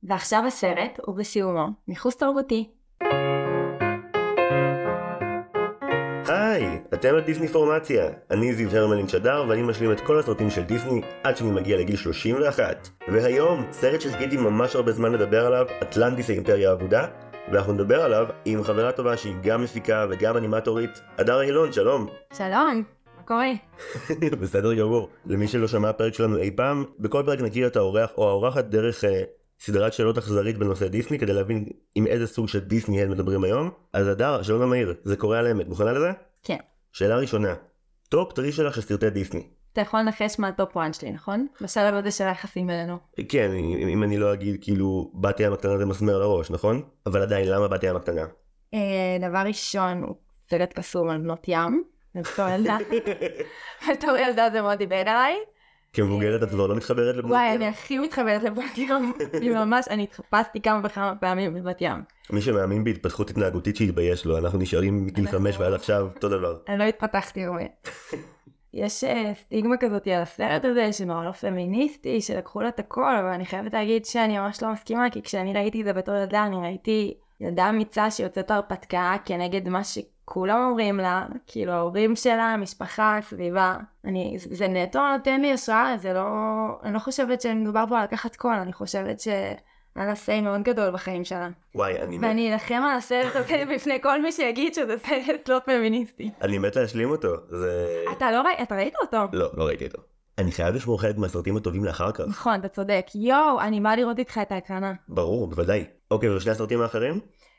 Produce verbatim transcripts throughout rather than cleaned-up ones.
ועכשיו הסרט, ובסיומו, ניחוס תרבותי. היי, אתם על דיסני פורמציה. אני זיו הרמלין שדר ואני משלים את כל הסרטים של דיסני עד שאני מגיע לגיל שלושים ואחת. והיום, סרט שחיכיתי ממש הרבה זמן לדבר עליו, אטלנטיס האימפריה האבודה, ואנחנו נדבר עליו עם חברה טובה שהיא גם מפיקה וגם אנימטורית, הדר אילון, שלום. שלום, מה קורה? בסדר גמור. למי שלא שמע הפרק שלנו אי פעם, בכל פרק נכיר את האורח או האורחת דרך אה, סדרת שאלות אכזרית בנושא דיסני, כדי להבין עם איזה סוג של דיסני הם מדברים היום. אז הדר, שלום המהיר, זה קורא על האמת, מוכנה לזה? כן. שאלה ראשונה, טופ טרי שלך של סרטי דיסני. אתה יכול לנחש מה הטופ וואן שלי, נכון? בשלב הזה של היחסים אלינו. כן, אם, אם אני לא אגיד כאילו בת ים הקטנה זה מסמר לראש, נכון? אבל עדיין, למה בת ים הקטנה? אה, דבר ראשון, הוא סרט קסום על בנות ים, בתור ילדה. בתור ילדה זה מאוד דיבר עליי. כמבוגרת את כבר לא מתחברת לבנות ים? וואי, אני הכי מתחברת לבנות ים. אני ממש, אני התחפשתי כמה וכמה פעמים בבת ים. מי שמאמין בהתפתחות התנהגותית שהתבייש לו, אנחנו נשארים מגיל חמש ועד עכשיו, אותו דבר. אני לא התפתחתי הרבה. יש סטיגמה כזאת על הסרט הזה, שנורא לא פמיניסטי, שלקחו לה את הכל, אבל אני חייבת להגיד שאני ממש לא מסכימה, כי כשאני ראיתי את זה בתור ילדה, אני ראיתי ילדה אמיצה שיוצאת הרפתקה כנגד מה שכולם אומרים לה, כאילו ההורים שלה, המשפחה, הסביבה. אני, זה נטו נותן לי השראה, זה לא, אני לא חושבת שמדובר פה על לקחת קול, אני חושבת ש... היה לה סיי מאוד גדול בחיים שלה. וואי, אני... ואני אלחם על הסרט הזה בפני כל מי שיגיד שזה סרט לא פמיניסטי. אני מת להשלים אותו, זה... אתה לא ראית, אתה ראית אותו? לא, לא ראיתי אותו. אני חייב לשמור חלק מהסרטים הטובים לאחר כך. נכון, אתה צודק. יואו, אני באה לראות איתך את ההקרנה. ברור, בוודאי. אוקיי, ושני הסרטים האחרים?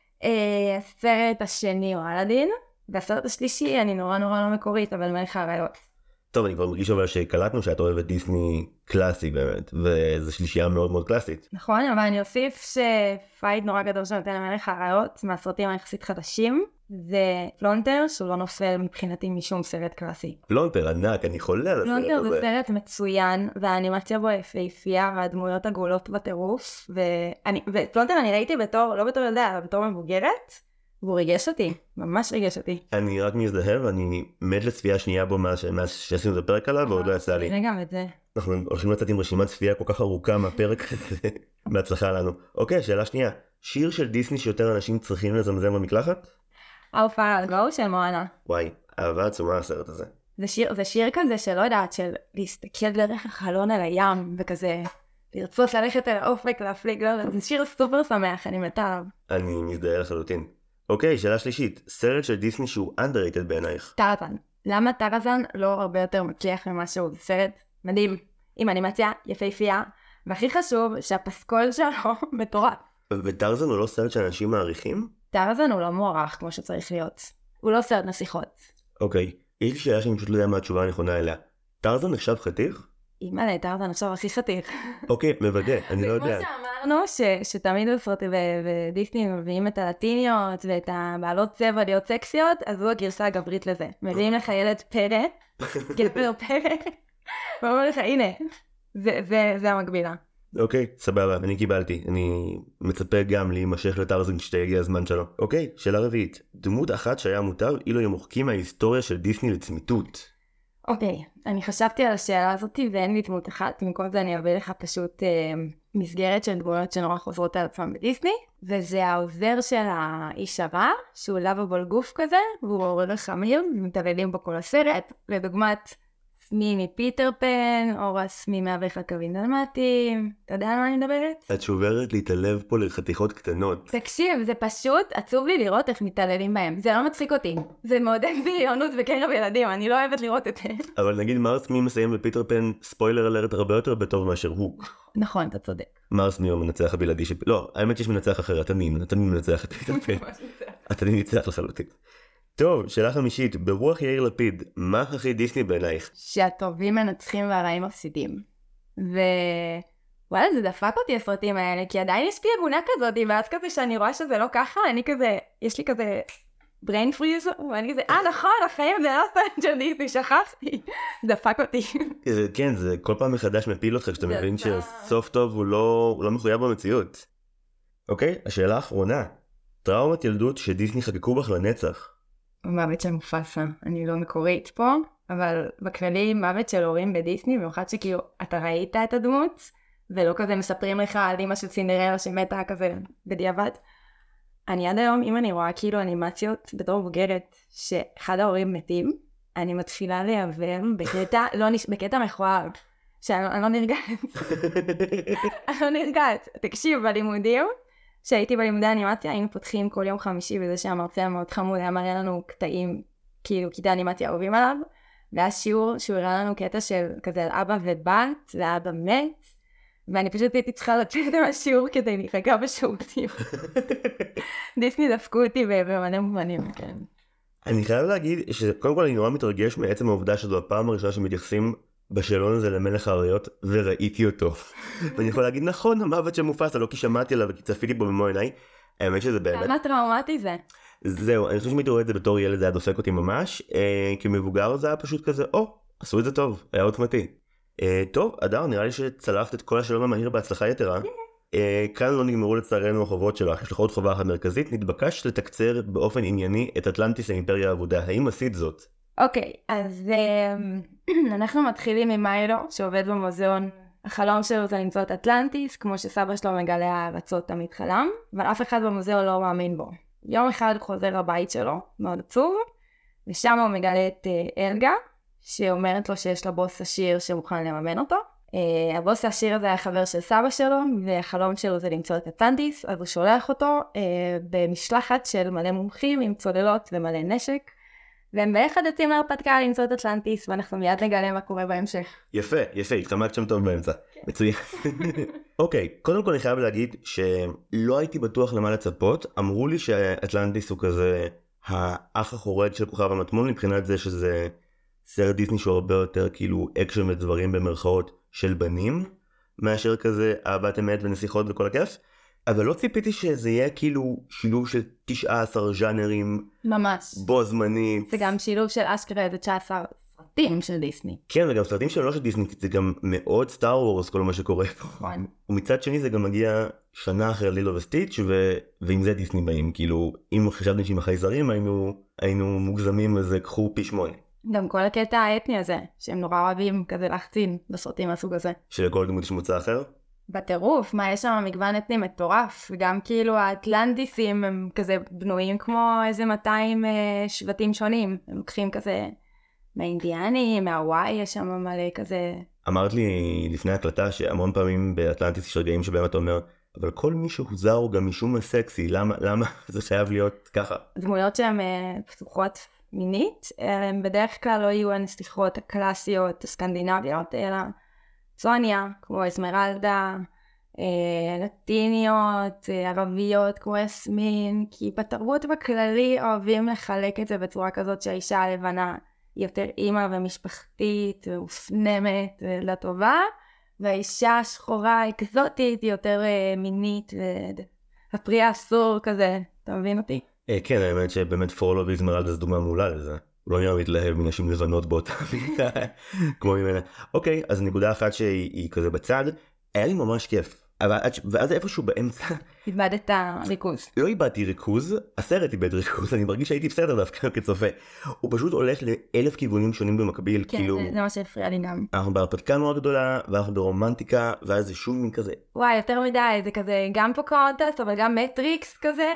אה, הסרט השני הוא אלאדין, והסרט השלישי אני נורא נורא לא מקורית, אבל מלך האריות. טוב, אני כבר מרגיש אבל שקלטנו שאת אוהבת דיסני קלאסי באמת, וזו שלישייה מאוד מאוד קלאסית. נכון, אבל אני אוסיף שפייט נורא גדול שנותן למלך האריות, מהסרטים היחסית חדשים, זה פלונטר, שהוא לא נופל מבחינתי משום סרט קלאסי. פלונטר ענק, אני חולה על הסרט הזה. פלונטר זה סרט מצוין, והאנימציה בו יפהפייה, והדמויות עגולות בטירוף, ואני, ופלונטר אני ראיתי בתור, לא בתור ילדה, אלא בתור מבוגרת, והוא ריגש אותי, ממש ריגש אותי. אני רק מזדהה ואני מת לצפייה שנייה בו מאז שעשינו את הפרק עליו, ועוד לא יצא לי. הנה גם את זה. אנחנו הולכים לצאת עם רשימת צפייה כל כך ארוכה מהפרק הזה, בהצלחה לנו. אוקיי, שאלה שנייה, שיר של דיסני שיותר אנשים צריכים לזמזם במקלחת? How far I'll go של מואנה. וואי, אהבה עצומה הסרט הזה. זה שיר, זה שיר כזה שלא יודעת, של להסתכל דרך החלון על הים, וכזה לרצות ללכת אל האופק, להפליג, לא, זה שיר סופר שמח, אני מתה עליו. אני מזדהה לחלוטין. אוקיי, שאלה שלישית, סרט של דיסני שהוא underrated בעינייך. טרזן. למה טרזן לא הרבה יותר מצליח ממה שהוא? זה סרט מדהים, עם אנימציה יפהפייה, והכי חשוב שהפסקול שלו מטורף. וטרזן הוא לא סרט שאנשים מעריכים? טרזן הוא לא מוערך כמו שצריך להיות. הוא לא סרט נסיכות. אוקיי, יש לי שאלה שאני פשוט לא יודע מה התשובה הנכונה אליה. טרזן נחשב חתיך? אימא'לה, טרזן נחשב הכי חתיך. אוקיי, מוודא, אני לא יודע. וכמו שאמרנו, ש- שתמיד בסרטים בדיסני מביאים את הלטיניות ואת הבעלות צבע להיות סקסיות, אז זו הגרסה הגברית לזה. מביאים לך ילד פרא, גבר פרא, ואומרים לך, הנה, זה, זה, זה המקבילה. אוקיי, סבבה, אני קיבלתי. אני מצפה גם להימשך לטרזן כשתגיע הזמן שלו. אוקיי, שאלה רביעית. דמות אחת שהיה מותר אילו הם מוחקים מההיסטוריה של דיסני לצמיתות. אוקיי, אני חשבתי על השאלה הזאת ואין לי דמות אחת, במקום זה אני אביא לך פשוט אה, מסגרת של דמויות שנורא חוזרות על עצמם בדיסני, וזה העוזר של האיש הרע, שהוא לבאבול גוף כזה, והוא עורר חמיר, ומתעללים בו כל הסרט, לדוגמת סמי מפיטר פן, או סמי מאה ואחד קווים דלמטיים, אתה יודע על מה אני מדברת? את שוברת לי את הלב פה לחתיכות קטנות. תקשיב, זה פשוט עצוב לי לראות איך מתעללים בהם, זה לא מצחיק אותי, זה מעודד בריונות בקרב ילדים, אני לא אוהבת לראות את זה. אבל נגיד מרס מי מסיים בפיטר פן, ספוילר אלרט הרבה יותר בטוב מאשר הוא. נכון, אתה צודק. מרס מי הוא המנצח הבלעדי של... לא, האמת יש מנצח אחר, התנין, התנין מנצח את פיטר פן. התנין ניצח לחלוטין. טוב, שאלה חמישית, ברוח יאיר לפיד, מה הכי דיסני בעינייך? שהטובים מנצחים והרעים מפסידים. ווואלה, זה דפק אותי הסרטים האלה, כי עדיין יש בי אמונה כזאת, ואז כזה שאני רואה שזה לא ככה, אני כזה, יש לי כזה brain freeze, ואני כזה, אה נכון, החיים זה לא סרט של דיסני, שכחתי. דפק אותי. כן, זה כל פעם מחדש מפיל אותך, כשאתה מבין שסוף טוב הוא לא, הוא לא מחויב במציאות. אוקיי, השאלה האחרונה, טראומת ילדות שדיסני חקקו בך לנצח. מוות של מופסה, אני לא מקורית פה, אבל בכללי מוות של הורים בדיסני, במיוחד שכאילו אתה ראית את הדמות, ולא כזה מספרים לך על אמא של סינדרלה שמתה כזה בדיעבד. אני עד היום, אם אני רואה כאילו אנימציות בתור בוגרת, שאחד ההורים מתים, אני מתחילה להיעבר בקטע, לא נש... בקטע מכוער, שאני לא נרגעת. אני לא נרגעת. תקשיב, בלימודים, שהייתי בלימודי אנימציה, היינו פותחים כל יום חמישי, וזה שהמרצה המאוד חמוד היה מראה לנו קטעים, כאילו קטעי אנימציה אהובים עליו, והיה שיעור שהוא הראה לנו קטע של כזה על אבא ובת, ואבא מת, ואני פשוט הייתי צריכה לצאת מהשיעור כדי להירגע בשיעורים. דיסני דפקו אותי במלא מובנים, כן. אני חייב להגיד שקודם כל אני נורא מתרגש מעצם העובדה שזו הפעם הראשונה שמתייחסים בשאלון הזה למלך האריות, וראיתי אותו. ואני יכול להגיד, נכון, המוות של מופסה, לא כי שמעתי עליו וכי צפיתי בו במו עיניי, האמת שזה באמת... כמה טראומטי זה? זהו, אני חושב שמי רואה את זה בתור ילד, זה היה דופק אותי ממש, אה, כמבוגר זה היה פשוט כזה, או, עשו את זה טוב, היה עוצמתי. אה, טוב, אדר, נראה לי שצלחת את כל השאלון המהיר בהצלחה יתרה. אה, כאן לא נגמרו לצערנו החובות שלך, יש לך עוד חובה אחת מרכזית, נתבקש לתקצר באופן ענייני את אטלנטיס האימפריה האבודה, האם עשית זאת? אוקיי, אז אנחנו מתחילים עם מיילו, שעובד במוזיאון. החלום שלו זה למצוא את אטלנטיס, כמו שסבא שלו מגלה ארצות תמיד חלם, אבל אף אחד במוזיאון לא מאמין בו. יום אחד הוא חוזר לבית שלו, מאוד עצוב, ושם הוא מגלה את אלגה, שאומרת לו שיש לה בוס עשיר שמוכן לממן אותו. הבוס העשיר הזה היה חבר של סבא שלו, והחלום שלו זה למצוא את אטלנטיס, אז הוא שולח אותו במשלחת של מלא מומחים עם צוללות ומלא נשק, והם ביחד יוצאים להרפתקה למצוא את אטלנטיס, ואנחנו מיד נגלה מה קורה בהמשך. יפה, יפה, התחמקת שם טוב באמצע. מצוין. אוקיי, קודם כל אני חייב להגיד שלא הייתי בטוח למה לצפות. אמרו לי שאטלנטיס הוא כזה האח החורד של כוכב המטמון, מבחינת זה שזה סרט דיסני שהוא הרבה יותר כאילו אקשן ודברים במרכאות של בנים, מאשר כזה אהבת אמת ונסיכות וכל הכיף. אבל לא ציפיתי שזה יהיה כאילו שילוב של תשעה עשר ז'אנרים ממש בו זמנית. זה גם שילוב של אשכרה זה תשעה עשר סרטים של דיסני. כן, וגם סרטים שלא של דיסני, זה גם מאוד סטאר וורס כל מה שקורה פה. ומצד שני זה גם מגיע שנה אחרי לילו וסטיץ' ו... ועם זה דיסני באים, כאילו אם חשבתי שעם החייזרים היינו, היינו מוגזמים וזה קחו פי שמונה. גם כל הקטע האתני הזה, שהם נורא אוהבים כזה להחצין בסרטים מהסוג הזה. שלכל דמות יש מוצא אחר? בטירוף, מה יש שם מגוון אתני מטורף, וגם כאילו האטלנטיסים הם כזה בנויים כמו איזה מאתיים אה, שבטים שונים, הם לוקחים כזה מהאינדיאנים, מהוואי, יש שם מלא כזה. אמרת לי לפני הקלטה שהמון פעמים באטלנטיס יש רגעים שבהם אתה אומר, אבל כל מי שהוא זר הוא גם משום סקסי, למה, למה זה חייב להיות ככה? דמויות שהן אה, פתוחות מינית, הם בדרך כלל לא יהיו הנסיכות הקלאסיות הסקנדינביות, אלא סוניה, כמו אסמרלדה, אה, לטיניות, אה, ערביות, כמו יסמין, כי בתרבות בכללי אוהבים לחלק את זה בצורה כזאת שהאישה הלבנה היא יותר אימא ומשפחתית ומופנמת ולטובה, והאישה השחורה אקזוטית היא יותר אה, מינית והפרי האסור כזה, אתה מבין אותי? אה, כן, האמת שבאמת פורלו ואסמרלדה זו דוגמה מעולה לזה. הוא לא נראה מתלהב מנשים לבנות באותה מידה, כמו ממנה. אוקיי, אז נקודה אחת שהיא כזה בצד, היה לי ממש כיף. אבל ואז איפשהו באמצע... איבדת ריכוז. לא איבדתי ריכוז, הסרט איבד ריכוז, אני מרגיש שהייתי בסדר דווקא כצופה. הוא פשוט הולך לאלף כיוונים שונים במקביל, כן, כאילו... זה, זה מה שהפריע לי גם. אנחנו בהרפתקה מאוד גדולה, ואנחנו ברומנטיקה, ואז זה שום מין כזה... וואי, יותר מדי, זה כזה גם פוקהונטס, אבל גם מטריקס כזה.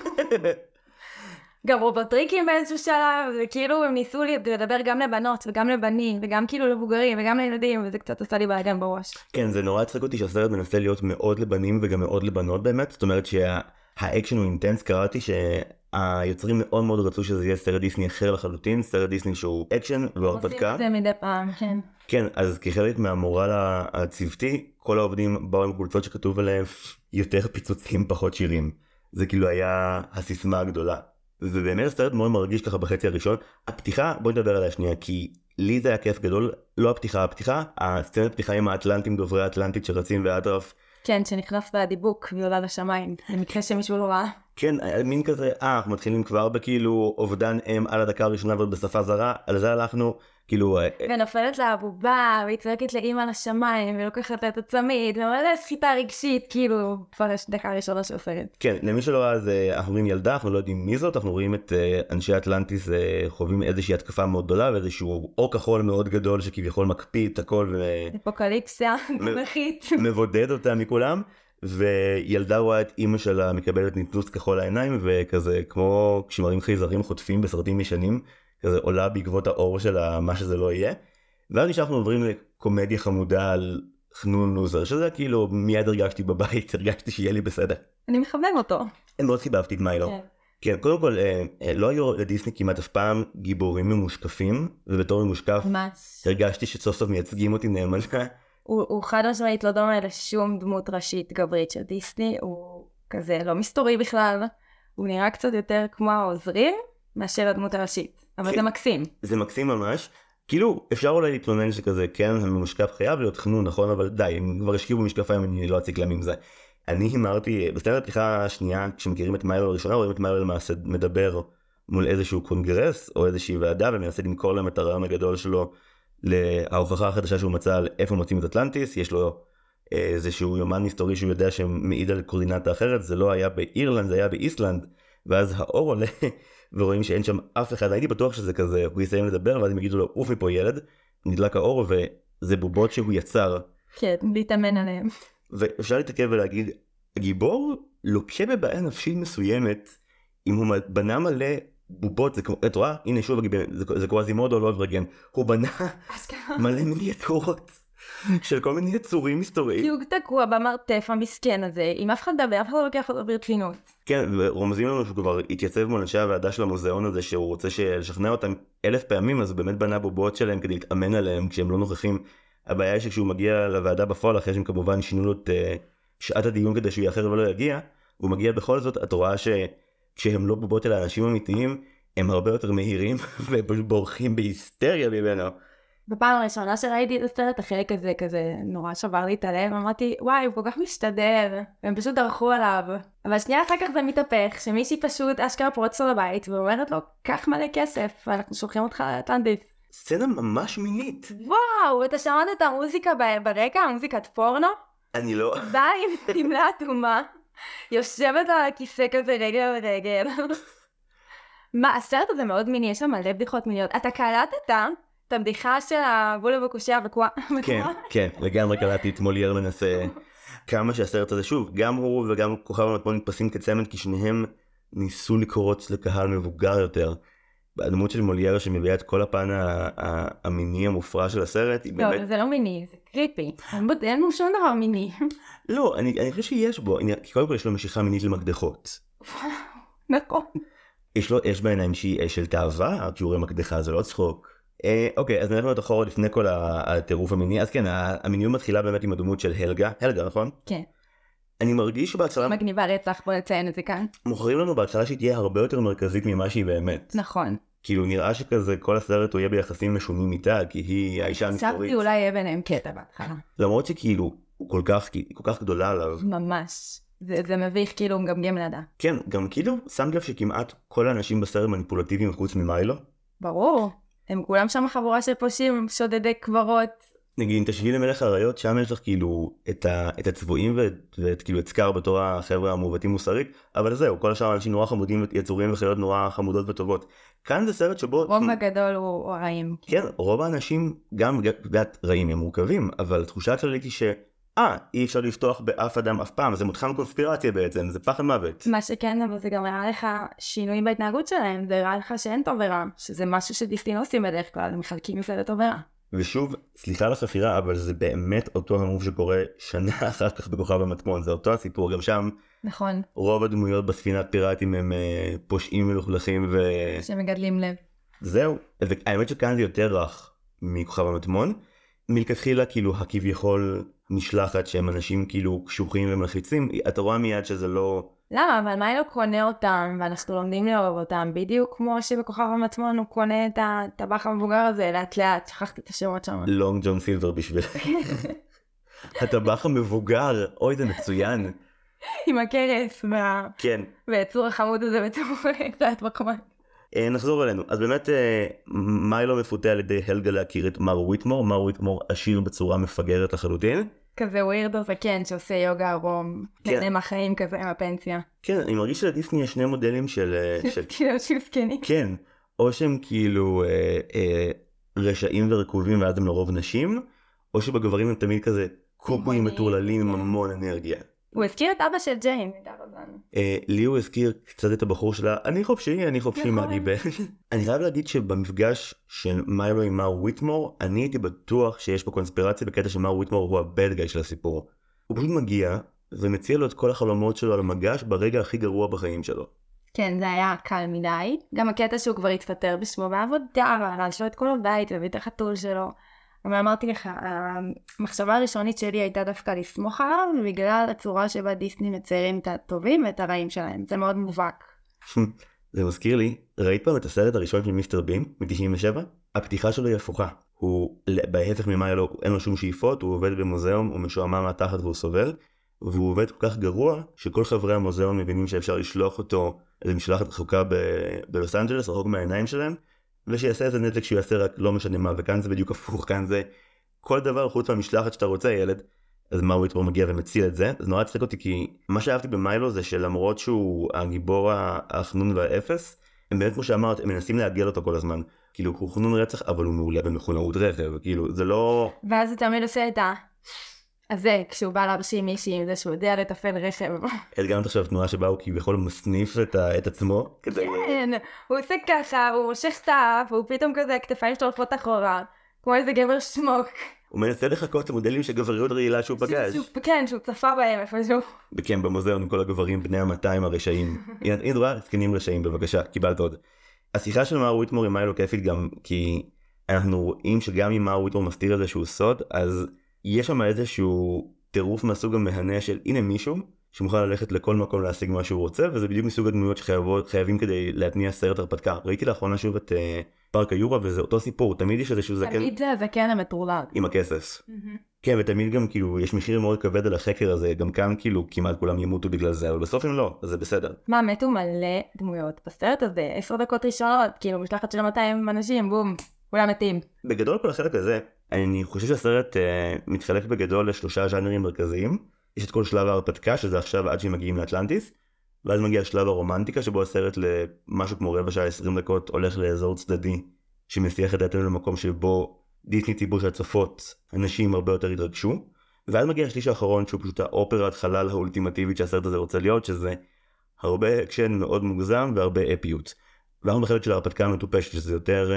גם רובוטריקים באיזשהו שלב, וכאילו הם ניסו לדבר גם לבנות וגם לבנים, וגם כאילו לבוגרים וגם לילדים, וזה קצת עושה לי בעגן בראש. כן, זה נורא הצחק אותי שהסרט מנסה להיות מאוד לבנים וגם מאוד לבנות באמת, זאת אומרת שהאקשן הוא אינטנס, קראתי שהיוצרים מאוד מאוד רצו שזה יהיה סרט דיסני אחר לחלוטין, סרט דיסני שהוא אקשן והרפתקה. עושים את זה מדי פעם, כן. כן, אז כחלק מהמורל הצוותי, כל העובדים באו עם קבוצות שכתוב עליהם יותר פיצוצים פחות שירים. זה כאילו היה הסיסמה הגדולה. ובאמת הסרט מאוד מרגיש ככה בחצי הראשון. הפתיחה, בואי נדבר עליה שנייה, כי לי זה היה כיף גדול, לא הפתיחה, הפתיחה, הסצנת פתיחה עם האטלנטים, דוברי האטלנטית שרצים ואטרף. כן, שנכנס בדיבוק ועולה לשמיים, למקרה שמישהו לא ראה. כן, מין כזה, אה, אנחנו מתחילים כבר בכאילו אובדן אם על הדקה הראשונה ועוד בשפה זרה, על זה הלכנו, כאילו... ונופלת לה הבובה, והיא צועקת לאמא לשמיים, ולוקחת לה את הצמיד, ומלא סחיטה רגשית, כאילו, כבר יש דקה ראשונה של הסרט. כן, למי שלא ראה, אז אנחנו רואים ילדה, אנחנו לא יודעים מי זאת, אנחנו רואים את אנשי אטלנטיס חווים איזושהי התקפה מאוד גדולה, ואיזשהו אור כחול מאוד גדול, שכביכול מקפיא את הכל, ו... אפוקליפסיה, תנכית. מבודד אותה מכולם. וילדה רואה את אמא שלה מקבלת ניצוץ כחול העיניים, וכזה כמו כשמראים חייזרים חוטפים בסרטים ישנים, כזה עולה בעקבות האור של מה שזה לא יהיה. ואז אנחנו עוברים לקומדיה חמודה על חנון לוזר, שזה כאילו מיד הרגשתי בבית, הרגשתי שיהיה לי בסדר. אני מחבב אותו. אני מאוד חיבבתי את מיילו. כן. כן, קודם כל, לא היו לדיסני כמעט אף פעם גיבורים ממושקפים, ובתור ממושקף הרגשתי שסוף סוף מייצגים אותי נאמנה. הוא, הוא חד משמעית לא דומה לשום דמות ראשית גברית של דיסני, הוא כזה לא מסתורי בכלל, הוא נראה קצת יותר כמו העוזרים מאשר הדמות הראשית, אבל כן, זה מקסים. זה מקסים ממש, כאילו אפשר אולי להתלונן שכזה, כן, המשקף חייב להיות חנון, נכון, אבל די, אם כבר השקיעו במשקפיים אני לא אציק להם עם זה. אני הימרתי, בסצנת הפתיחה השנייה, כשמכירים את מיילו הראשונה, רואים את מיילו למעשה מדבר מול איזשהו קונגרס או איזושהי ועדה, ומנסה למכור להם את הרעיון הגדול שלו, להוכחה החדשה שהוא מצא על איפה מוצאים את אטלנטיס. יש לו איזשהו יומן היסטורי שהוא יודע שמעיד על קורדינטה אחרת, זה לא היה באירלנד, זה היה באיסלנד, ואז האור עולה ורואים שאין שם אף אחד. הייתי בטוח שזה כזה, הוא יסיים לדבר ואז הם יגידו לו אוף מפה ילד, נדלק האור וזה בובות שהוא יצר. כן, להתאמן עליהם. ואפשר להתעכב ולהגיד, הגיבור לוקה בבעיה נפשית מסוימת, אם הוא בנה מלא בובות, זה כמו, את רואה? הנה שוב, זה, זה קוואזימודו, לא אברגן, הוא בנה מלא מיניאטורות של כל מיני יצורים מסתוריים. כי הוא תקוע במרתף המסכן הזה, אם אף אחד דבר, אף אחד לא לוקח אותו ברצינות. כן, ורומזים לנו שהוא כבר התייצב מול אנשי הוועדה של המוזיאון הזה, שהוא רוצה לשכנע אותם אלף פעמים, אז הוא באמת בנה בובות שלהם כדי להתאמן עליהם כשהם לא נוכחים. הבעיה היא שכשהוא מגיע לוועדה בפועל, אחרי שהם כמובן שינו לו את uh, שעת הדיון כדי שהוא יאחר ולא יגיע, והוא מגיע בכל זאת, את רואה שכשהם לא בובות אלה אנשים אמיתיים, הם הרבה יותר מהירים ובורחים בהיסטריה ממנו. בפעם הראשונה שראיתי את הסרט, החלק הזה כזה נורא שבר לי את הלב, אמרתי, וואי, הוא כל כך משתדר, והם פשוט דרכו עליו. אבל שנייה אחר כך זה מתהפך, שמישהי פשוט אשכרה פורצת לו לבית, ואומרת לו, קח מלא כסף, ואנחנו שולחים אותך לאטלנטיס. סצנה ממש מינית. וואו, אתה שמעת את המוזיקה ברקע, המוזיקת פורנו? אני לא. די עם סמלה אטומה, יושבת על הכיסא כזה רגל על רגל. מה, הסרט הזה מאוד מיני, יש שם מלא בדיחות מיניות. אתה קלטת את הבדיחה של הבולה בקושיה וקוואה? כן, כן, לגמרי קלטתי את מולייר מנסה כמה שהסרט הזה, שוב, גם הוא וגם כוכב המטמון נתפסים כצמד, כי שניהם ניסו לקרוץ לקהל מבוגר יותר. הדמות של מולייר שמביאה את כל הפן המיני המופרע של הסרט, היא באמת... לא, זה לא מיני, זה קריפי. אין לו שום דבר מיני. לא, אני חושב שיש בו, כי קודם כל יש לו משיכה מינית למקדחות. נכון. יש לו, יש בעיניים שהיא של תאווה, כי הוא רואה מקדחה, זה לא צחוק. אוקיי, אז נלך את אחורה לפני כל הטירוף המיני, אז כן, המיניות מתחילה באמת עם הדמות של הלגה, הלגה, נכון? כן. אני מרגיש שבהתחלה... מגניבה רצח, בוא נציין את זה כאן. מוכרים לנו בהתחלה שהיא תהיה הרבה יותר מרכזית ממה שהיא באמת. נכון. כאילו נראה שכזה כל הסרט הוא יהיה ביחסים משונים איתה, כי היא האישה המסתורית. חשבתי אולי יהיה ביניהם קטע בהתחלה. למרות שכאילו, הוא כל כך, היא כל כך גדולה עליו. ממש. זה, זה מביך כאילו גם גם לידה. כן, גם כאילו, שמת לב שכמעט כל האנשים בסרט מניפולטיביים חוץ ממיילו? ברור. הם כולם שם חבורה של פושעים, שודדי קברות. נגיד, אם תשבי למלך הריות, שם יש לך כאילו את, ה, את הצבועים ואת, ואת כאילו את סקאר בתור החבר'ה המעוותים מוסרית, אבל זהו, כל השאר אנשים נורא חמודים, יצורים וחיות נורא חמודות וטובות. כאן זה סרט שבו... רוב הגדול הוא רעים. כן, רוב האנשים גם גדעת רעים, הם מורכבים, אבל התחושה הכללית היא ש... אה, אי אפשר לפתוח באף אדם אף פעם, זה מותחן קונספירציה בעצם, זה פחד מוות. מה שכן, אבל זה גם ראה לך שינויים בהתנהגות שלהם, זה ראה לך שאין טוב ורע, שזה משהו שדיסני לא עושים בדרך כלל, הם מחלקים את זה לטוב ורע. ושוב, סליחה על החפירה, אבל זה באמת אותו המוב שקורה שנה אחר כך בכוכב המטמון, זה אותו הסיפור, גם שם נכון. רוב הדמויות בספינת פיראטים הם uh, פושעים מלוכלכים ו... שמגדלים לב. זהו, האמת שכאן זה יותר רך מכוכב המטמון, מלכתחילה כאילו הכביכול נשלחת שהם אנשים כאילו קשוחים ומלחיצים, אתה רואה מיד שזה לא... למה? אבל מה לא קונה אותם ואנחנו לומדים לאהוב אותם בדיוק כמו שבכוכב המטמון הוא קונה את הטבח המבוגר הזה לאט לאט, שכחתי את השמות שם. לונג ג'ון סילבר בשביל... הטבח המבוגר, אוי זה מצוין. עם הקרס וה... כן. והיצור החמוד הזה בצורה קצת בקומה. נחזור אלינו. אז באמת מיילו מפותה על ידי הלגה להכיר את מר וויטמור. מר וויטמור עשיר בצורה מפגרת לחלוטין. כזה ווירדו זקן שעושה יוגה רום, נהנה מהחיים כזה עם הפנסיה. כן, אני מרגיש שלדיסני יש שני מודלים של... כאילו של זקנים. כן, או שהם כאילו רשעים ורקובים ואז הם לרוב נשים, או שבגברים הם תמיד כזה קוקויים מטורללים עם המון אנרגיה. הוא הזכיר את אבא של ג'יין, לי הוא הזכיר קצת את הבחור שלה, אני חופשי, אני חופשי מהגיבה. אני חייב להגיד שבמפגש של מיילו עם מר וויטמור, אני הייתי בטוח שיש פה קונספירציה בקטע שמר וויטמור הוא הבד גאי של הסיפור. הוא פשוט מגיע ומציע לו את כל החלומות שלו על המגש ברגע הכי גרוע בחיים שלו. כן, זה היה קל מדי. גם הקטע שהוא כבר התפטר בשמו בעבודה, והרעש לו את כל הבית והביא את החתול שלו. אבל אמרתי לך, המחשבה הראשונית שלי הייתה דווקא לסמוך עליו, בגלל הצורה שבה דיסני מציירים את הטובים ואת הרעים שלהם. זה מאוד מובהק. זה מזכיר לי, ראית פעם את הסרט הראשון של מיסטר בין, מ-תשעים ושבע? הפתיחה שלו היא הפוכה. הוא, בהפך ממיילו, אין לו שום שאיפות, הוא עובד במוזיאום, הוא משועמם מהתחת והוא סובל, והוא עובד כל כך גרוע, שכל חברי המוזיאום מבינים שאפשר לשלוח אותו איזו משלחת רחוקה בלוס אנג'לס, רחוק מהעיניים שלהם, ושיעשה איזה נזק שהוא יעשה רק לא משנה מה, וכאן זה בדיוק הפוך, כאן זה כל דבר חוץ מהמשלחת שאתה רוצה ילד. אז מר וויטמור מגיע ומציל את זה. אז נורא הצחיק אותי, כי מה שאהבתי במיילו זה שלמרות שהוא הגיבור החנון והאפס, הם באמת כמו שאמרת, הם מנסים להגל אותו כל הזמן. כאילו הוא חנון רצח, אבל הוא מעולה במכונאות רכב, כאילו זה לא... ואז אתה תמיד עושה את ה... אז זה, כשהוא בא להרשים מישהי עם זה שהוא יודע לתפעל רכב. הדגמת עכשיו תנועה שבה הוא כביכול מסניף את, ה... את עצמו. כן, הוא עושה ככה, הוא מושך את האף, והוא פתאום כזה, הכתפיים שלו הולכות אחורה, כמו איזה גבר שמוק. הוא מנסה לחכות את המודלים של גבריות רעילה שהוא פגש. כן, שהוא צפה בהם איפשהו. וכן, במוזיאון עם כל הגברים בני המאתיים הרשעים. הנה דובר, זקנים רשעים, בבקשה, קיבלת עוד. השיחה של מר וויטמור עם מיילו כיפית גם כי אנחנו רואים שגם אם מר וויטמור מסתיר איזשהו סוד, אז יש שם איזשהו טירוף מהסוג המהנה של הנה מישהו שמוכן ללכת לכל מקום להשיג מה שהוא רוצה, וזה בדיוק מסוג הדמויות שחייבים כדי להתניע סרט הרפתקה. ראיתי לאחרונה שוב את uh, פארק היורה, וזה אותו סיפור, תמיד יש איזשהו זקן... תמיד זה הזקן המטורלל. עם הכסף. Mm-hmm. כן, ותמיד גם כאילו יש מחיר מאוד כבד על החקר הזה, גם כאן כאילו כמעט כולם ימותו בגלל זה, אבל בסוף הם לא, אז זה בסדר. מה, מתו מלא דמויות בסרט הזה, עשר דקות ראשונות, כאילו משלחת של מאתיים אנשים, בום, כולם מתים. בגדול כל החלק הזה, אני חושב שהסרט uh, מתחלק בגדול לשלושה ז'אנרים מרכזיים. יש את כל שלב ההרפתקה, שזה עכשיו עד שהם מגיעים לאטלנטיס, ואז מגיע שלב הרומנטיקה, שבו הסרט למשהו כמו רבע שעה עשרים דקות הולך לאזור צדדי, שמסיח את דעתנו למקום שבו דיסני ציבור של הצופות, אנשים הרבה יותר התרגשו, ואז מגיע השליש האחרון שהוא פשוט האופרת חלל האולטימטיבית שהסרט הזה רוצה להיות, שזה הרבה אקשן מאוד מוגזם והרבה אפיות. ואנחנו בחלק של ההרפתקה המטופשת, שזה יותר,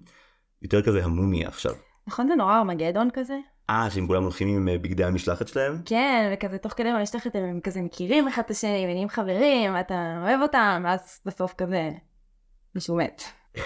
יותר כזה המומיה עכשיו. נכון, זה נורא ארמגדון כזה? אה, שהם כולם הולכים עם בגדי המשלחת שלהם? כן, וכזה תוך כדי המשלחת הם כזה מכירים אחד את השני, ונהיים חברים, ואתה אוהב אותם, ואז בסוף כזה מישהו מת.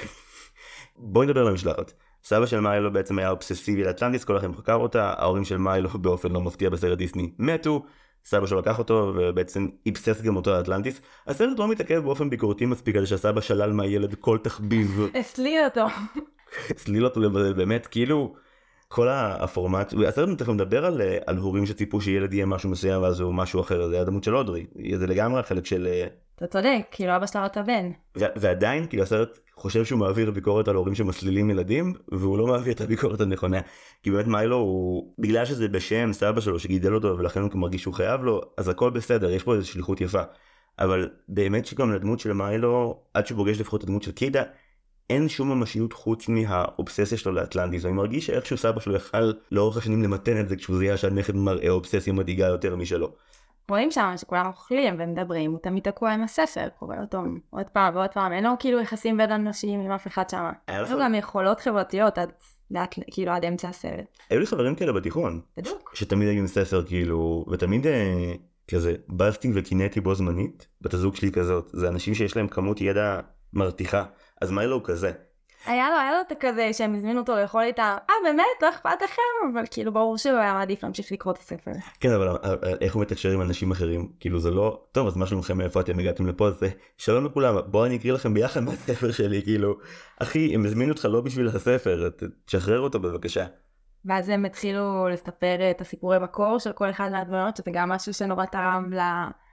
בואי נדבר על המשלחת. סבא של מיילו בעצם היה אובססיבי לאטלנטיס, כל לכם חקר אותה, ההורים של מיילו באופן לא מפתיע בסרט דיסני מתו, סבא שלו לקח אותו ובעצם איבסס גם אותו לאטלנטיס. הסרט לא מתעכב באופן ביקורתי מספיק על שהסבא שלל מהילד כל תחביב. הסליל אותו. הסליל אותו באמת, כאילו כל הפורמט, הסרט תכף מדבר על, על הורים שציפו שילד יהיה משהו מסוים ואז הוא משהו אחר, זה הדמות של אודרי, זה לגמרי החלק של... אתה צודק, כאילו אבא שלה רצה בן. ועדיין, כאילו הסרט חושב שהוא מעביר ביקורת על הורים שמסלילים ילדים, והוא לא מעביר את הביקורת הנכונה. כי באמת מיילו הוא, בגלל שזה בשם סבא שלו שגידל אותו ולכן הוא מרגיש שהוא חייב לו, אז הכל בסדר, יש פה איזו שליחות יפה. אבל באמת שגם לדמות של מיילו, עד שהוא פוגש לפחות את הדמות של קידה, אין שום ממשיות חוץ מהאובססיה שלו לאטלנטיס. אני מרגיש שאיכשהו סבא שלו יכל לאורך השנים למתן את זה כשהוא זיהה שהנכד מראה אובססיה מדאיגה יותר משלו. רואים שם שכולם אוכלים ומדברים, הוא תמיד תקוע עם הספר, קורא אותו עוד פעם ועוד פעם, אין לו כאילו יחסים בין אנשים עם אף אחד שם. אין לו גם יכולות חברתיות עד, כאילו עד אמצע הסרט. היו לי חברים כאלה בתיכון. בדיוק. שתמיד היו עם ספר כאילו, ותמיד אה, כזה בסטי וקינטי בו זמנית, בת הזוג שלי כזאת, זה אנשים שיש להם כמות ידע מרתיחה, אז מיילו הוא כזה. היה לו, היה לו את הכזה שהם הזמינו אותו לאכול איתם, אה באמת, לא אכפת לכם, אבל כאילו ברור שהוא היה מעדיף להמשיך לקרוא את הספר. כן, אבל איך הוא מתקשר עם אנשים אחרים? כאילו זה לא, טוב, אז משהו מכם מאיפה אתם הגעתם לפה, זה שלום לכולם, בואו אני אקריא לכם ביחד מהספר שלי, כאילו, אחי, הם הזמינו אותך לא בשביל הספר, תשחרר אותו בבקשה. ואז הם התחילו לספר את הסיפורי מקור של כל אחד מהדמויות, שזה גם משהו שנורא תרם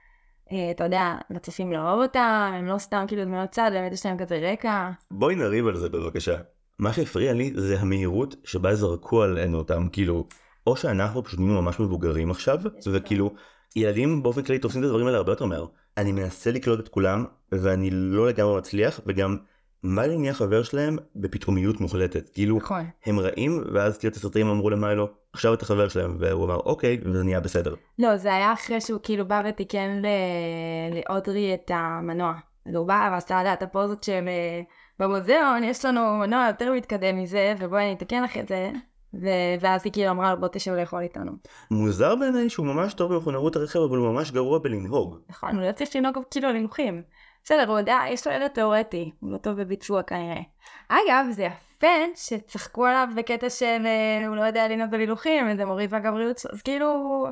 אתה יודע, לצופים לאהוב אותם, הם לא סתם כאילו דמיות צד, באמת יש להם כזה רקע. בואי נריב על זה בבקשה. מה שהפריע לי זה המהירות שבה זרקו עלינו אותם, כאילו, או שאנחנו פשוט נהיינו ממש מבוגרים עכשיו, וכאילו, ילדים באופן כללי תופסים את הדברים האלה הרבה יותר מהר. אני מנסה לקלוט את כולם, ואני לא לגמרי מצליח, וגם, מה לי נהיה חבר שלהם בפתאומיות מוחלטת? כאילו, נכון. הם רעים, ואז כאילו הסרטים אמרו למיילו, עכשיו אתה חבר שלהם, והוא אמר, אוקיי, וזה נהיה בסדר. לא, זה היה אחרי שהוא כאילו בא ותיקן לאודרי את המנוע. הוא בא ועשה את הפוזות של במוזיאון, יש לנו מנוע יותר מתקדם מזה, ובואי אני אתקן לך את זה. ואז היא כאילו אמרה, בוא תשב לאכול איתנו. מוזר בעיניי שהוא ממש טוב במכונאות הרכב, אבל הוא ממש גרוע בלנהוג. נכון, הוא לא צריך לנהוג כאילו לנוחים. בסדר, הוא יודע, יש לו ילד תיאורטי, הוא לא טוב בביצוע כנראה. אגב, זה יפה שצחקו עליו בקטע של, הוא לא יודע לנהוג בלילוחים, איזה מוריד והגבריות שלו, אז כאילו...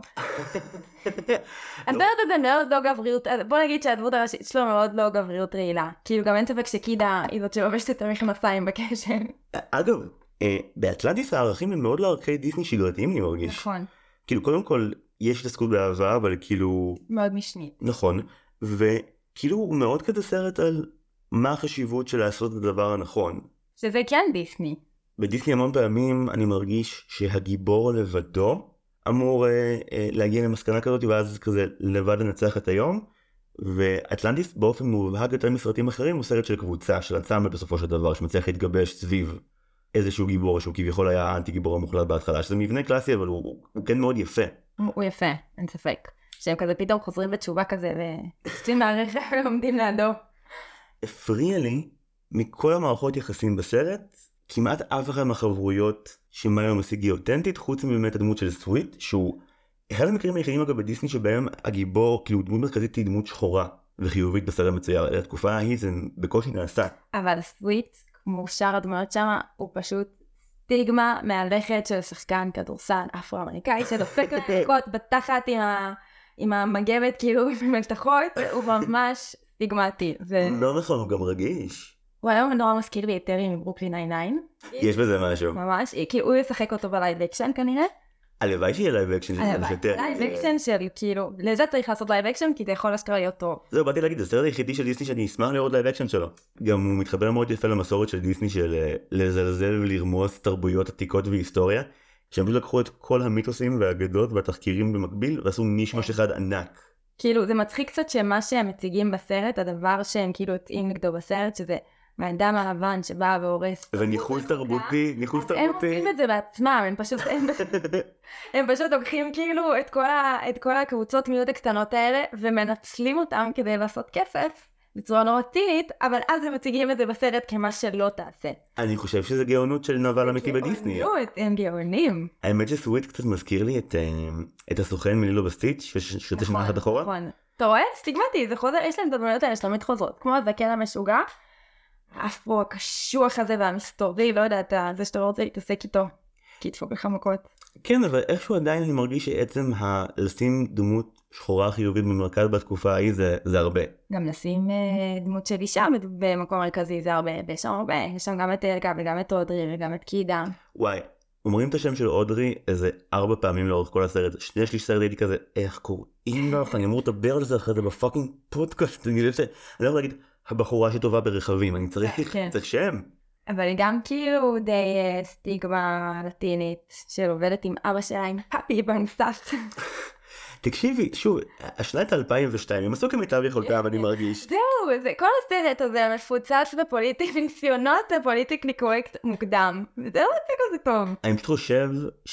הסרט הזה מאוד לא גבריות, בוא נגיד שהדמות הראשית שלו מאוד לא גבריות רעילה. כאילו גם אין ספק שקידה היא זאת שלובשת את המכנסיים בקשר. אגב, באטלנטיס הערכים הם מאוד לערכי דיסני שגרתיים, אני מרגיש. נכון. כאילו, קודם כל, יש התעסקות באהבה, אבל כאילו... מאוד משנית. נכון, וכאילו הוא מאוד כזה סרט על מה החשיבות של לעשות את הדבר הנכון. שזה כן דיסני. בדיסני המון פעמים אני מרגיש שהגיבור לבדו אמור אה, אה, להגיע למסקנה כזאת, ואז כזה לבד לנצח את היום, ואטלנטיס באופן מובהק יותר מסרטים אחרים הוא סרט של קבוצה, של אנסמבל בסופו של דבר, שמצליח להתגבש סביב איזשהו גיבור שהוא כביכול היה האנטי גיבור המוחלט בהתחלה, שזה מבנה קלאסי, אבל הוא, הוא כן מאוד יפה. הוא, הוא יפה, אין ספק. שהם כזה פתאום חוזרים בתשובה כזה, וצאים מהרכב ועומדים לידו. הפריע לי, מכל המערכות יחסים בסרט, כמעט אף אחד מהחברויות שמאיו משיג היא אותנטית, חוץ מבאמת הדמות של סוויט, שהוא אחד המקרים היחידים אגב בדיסני שבהם הגיבור, כאילו דמות מרכזית היא דמות שחורה וחיובית בסרט מצויר. לתקופה ההיא זה בקושי נעשה. אבל סוויט, כמו שאר הדמויות שם, הוא פשוט סטיגמה מהלכת של שחקן כדורסל אפרו-אמריקאי, שדופק להקות בתחת עם, ה... עם המגבת, כאילו עם מלתחות, הוא ממש סטיגמטי. ו... לא נכון, הוא גם רגיש. הוא היום נורא מזכיר לי את טרי מברוקלין ניין ניין. יש בזה משהו. ממש, כי הוא ישחק אותו בלייב אקשן כנראה. הלוואי שיהיה לייב אקשן. לייב אקשן שלי, כאילו, לזה צריך לעשות לייב אקשן, כי זה יכול להשכרה להיות טוב. זהו, באתי להגיד, זה הסרט היחידי של דיסני שאני אשמח לראות לייב אקשן שלו. גם הוא מתחבר מאוד יפה למסורת של דיסני של לזלזל ולרמוס תרבויות עתיקות והיסטוריה, שהם פשוט לקחו את כל המיתוסים והאגדות והתחקירים במקביל, ועשו מישמש אחד ענק. כאילו, זה מצחיק קצת שמה שהם מציגים בסרט, הדבר שהם כאילו יוצאים נגדו בסרט, שזה מהאדם הלבן שבא והורס. וניחוס תרבותי, ניחוס תרבותי. הם עושים את זה בעצמם, הם פשוט, הם פשוט לוקחים כאילו את כל, ה, את כל הקבוצות מיעוט הקטנות האלה, ומנצלים אותם כדי לעשות כסף, בצורה נורא צינית, אבל אז הם מציגים את זה בסרט כמה שלא תעשה. אני חושב שזה גאונות של נבל אמיתי בדיסני. גאונות, הם גאונים. האמת שסוויט קצת מזכיר לי את, את הסוכן מלילו וסטיץ' שיוצא שנה אחת אחורה. נכון, אתה רואה? סטיגמטי, זה חוזר, יש להם את הדמויות האלה שתמיד חוזרות, כמו הזקן המשוגע, אפרו הקשוח הזה והמסתורי, לא יודעת, זה שאתה לא רוצה להתעסק איתו, כי ידפוק לך מכות. כן, אבל איכשהו עדיין אני מרגיש שעצם לשים דמות שחורה חיובית במרכז בתקופה ההיא זה, זה הרבה. גם לשים uh, דמות של אישה במקום מרכזי זה הרבה, יש שם הרבה, יש שם גם את אלגה וגם את אודרי וגם את קידה. וואי, אומרים את השם של אודרי איזה ארבע פעמים לאורך כל הסרט, שני שליש סרט הייתי כזה, איך קוראים לך? אני אמור לדבר על זה אחרי זה בפאקינג פודקאסט, אני חושב שאני הולך להגיד, הבחורה שטובה ברכבים, אני צריך, צריך שם. אבל היא גם כאילו די סטיגמה לטינית, שעובדת עם אבא שלה עם פאפי במסך. תקשיבי, שוב, השנת אלפיים ושתיים, הם עשו כמיטב יכולתם, אני מרגיש. זהו, זה, כל הסרט הזה מפוצץ בפוליטי, ניסיונות לפוליטיקלי קורקט מוקדם. זה לא מצליח כזה טוב. אני פשוט חושב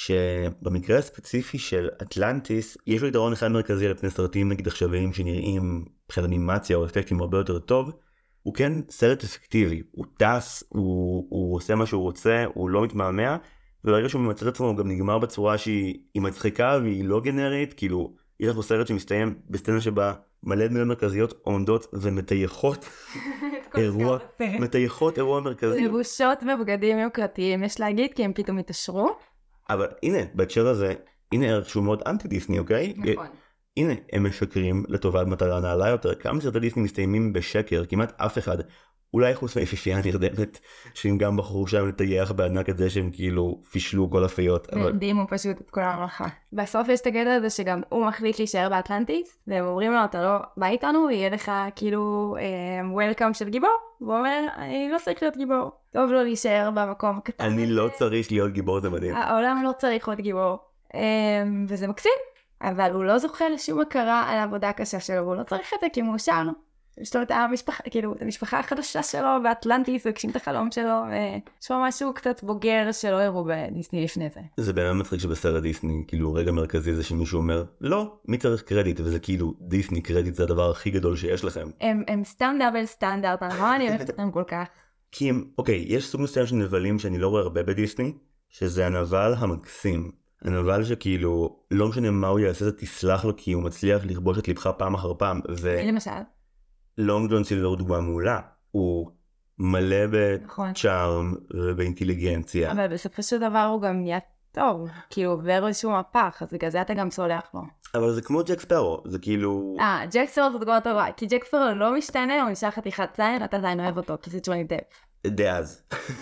שבמקרה הספציפי של אטלנטיס, יש לו יתרון אחד מרכזי על פני סרטים נגיד עכשוויים שנראים מבחינת אנימציה או אפקטים הרבה יותר טוב. הוא כן סרט אפקטיבי, הוא טס, הוא, הוא עושה מה שהוא רוצה, הוא לא מתמהמה, וברגע שהוא ממצא את עצמו הוא גם נגמר בצורה שהיא מצחיקה והיא לא גנרית, כאילו יש לנו סרט שמסתיים בסצנה שבה מלא דמויות מרכזיות עומדות ומטייחות אירוע, מטייחות אירוע מרכזי. לבושות ובגדים יוקרתיים יש להגיד, כי הם פתאום התעשרו. אבל הנה, בהקשר הזה, הנה ערך שהוא מאוד אנטי דיסני, אוקיי? נכון. הנה, הם משקרים לטובת מטרה נעלה יותר. כמה סרטי דיסני מסתיימים בשקר, כמעט אף אחד. אולי חוץ מהיפיפייה הנרדמת, שהם גם בחרו שם לטייח בענק את זה שהם כאילו פישלו כל הפיות. והרדימו פשוט את כל המלאכה. בסוף יש את הקטע הזה שגם הוא מחליט להישאר באטלנטיס, והם אומרים לו, אתה לא בא איתנו, ויהיה לך כאילו וולקאם של גיבור. והוא אומר, אני לא צריך להיות גיבור. טוב לו להישאר במקום הקטן. אני לא צריך להיות גיבור, זה מדהים. העולם לא צריך להיות גיבור. וזה מקסים. אבל הוא לא זוכה לשום הכרה על העבודה הקשה שלו, והוא לא צריך את זה כי הוא מאושר. יש לו את המשפחה, כאילו, את המשפחה החדשה שלו, באטלנטיס, והגשים את החלום שלו, ויש לו משהו קצת בוגר שלא הראו בדיסני לפני זה. זה באמת מצחיק שבסרט דיסני, כאילו, רגע מרכזי זה שמישהו אומר, לא, מי צריך קרדיט, וזה כאילו, דיסני קרדיט זה הדבר הכי גדול שיש לכם. הם, הם סתם דאבל סטנדרט, אבל אני אוהבת אותם כל כך. כי הם, אוקיי, יש סוג מסוים של נבלים שאני לא רואה הרבה בדיסני, שזה הנבל המקסים. הנבל שכאילו, לא משנה מה הוא יעשה, תסלח לו, כי הוא מצליח לכבוש את לבך פעם אחר פעם, ו... למשל? לונג ג'ון סילבר הוא דוגמה מעולה. הוא מלא בצ'ארם ובאינטליגנציה. אבל בסופו של דבר הוא גם נהיה טוב, כי הוא עובר איזשהו מפח, אז בגלל זה אתה גם סולח לו. אבל זה כמו ג'ק ספארו, זה כאילו... אה, ג'ק ספארו זה דוגמה טובה, כי ג'ק ספארו לא משתנה, הוא נשאר חתיכת זין, אתה עדיין אוהב אותו, כי זה ג'וני דפ. דאז.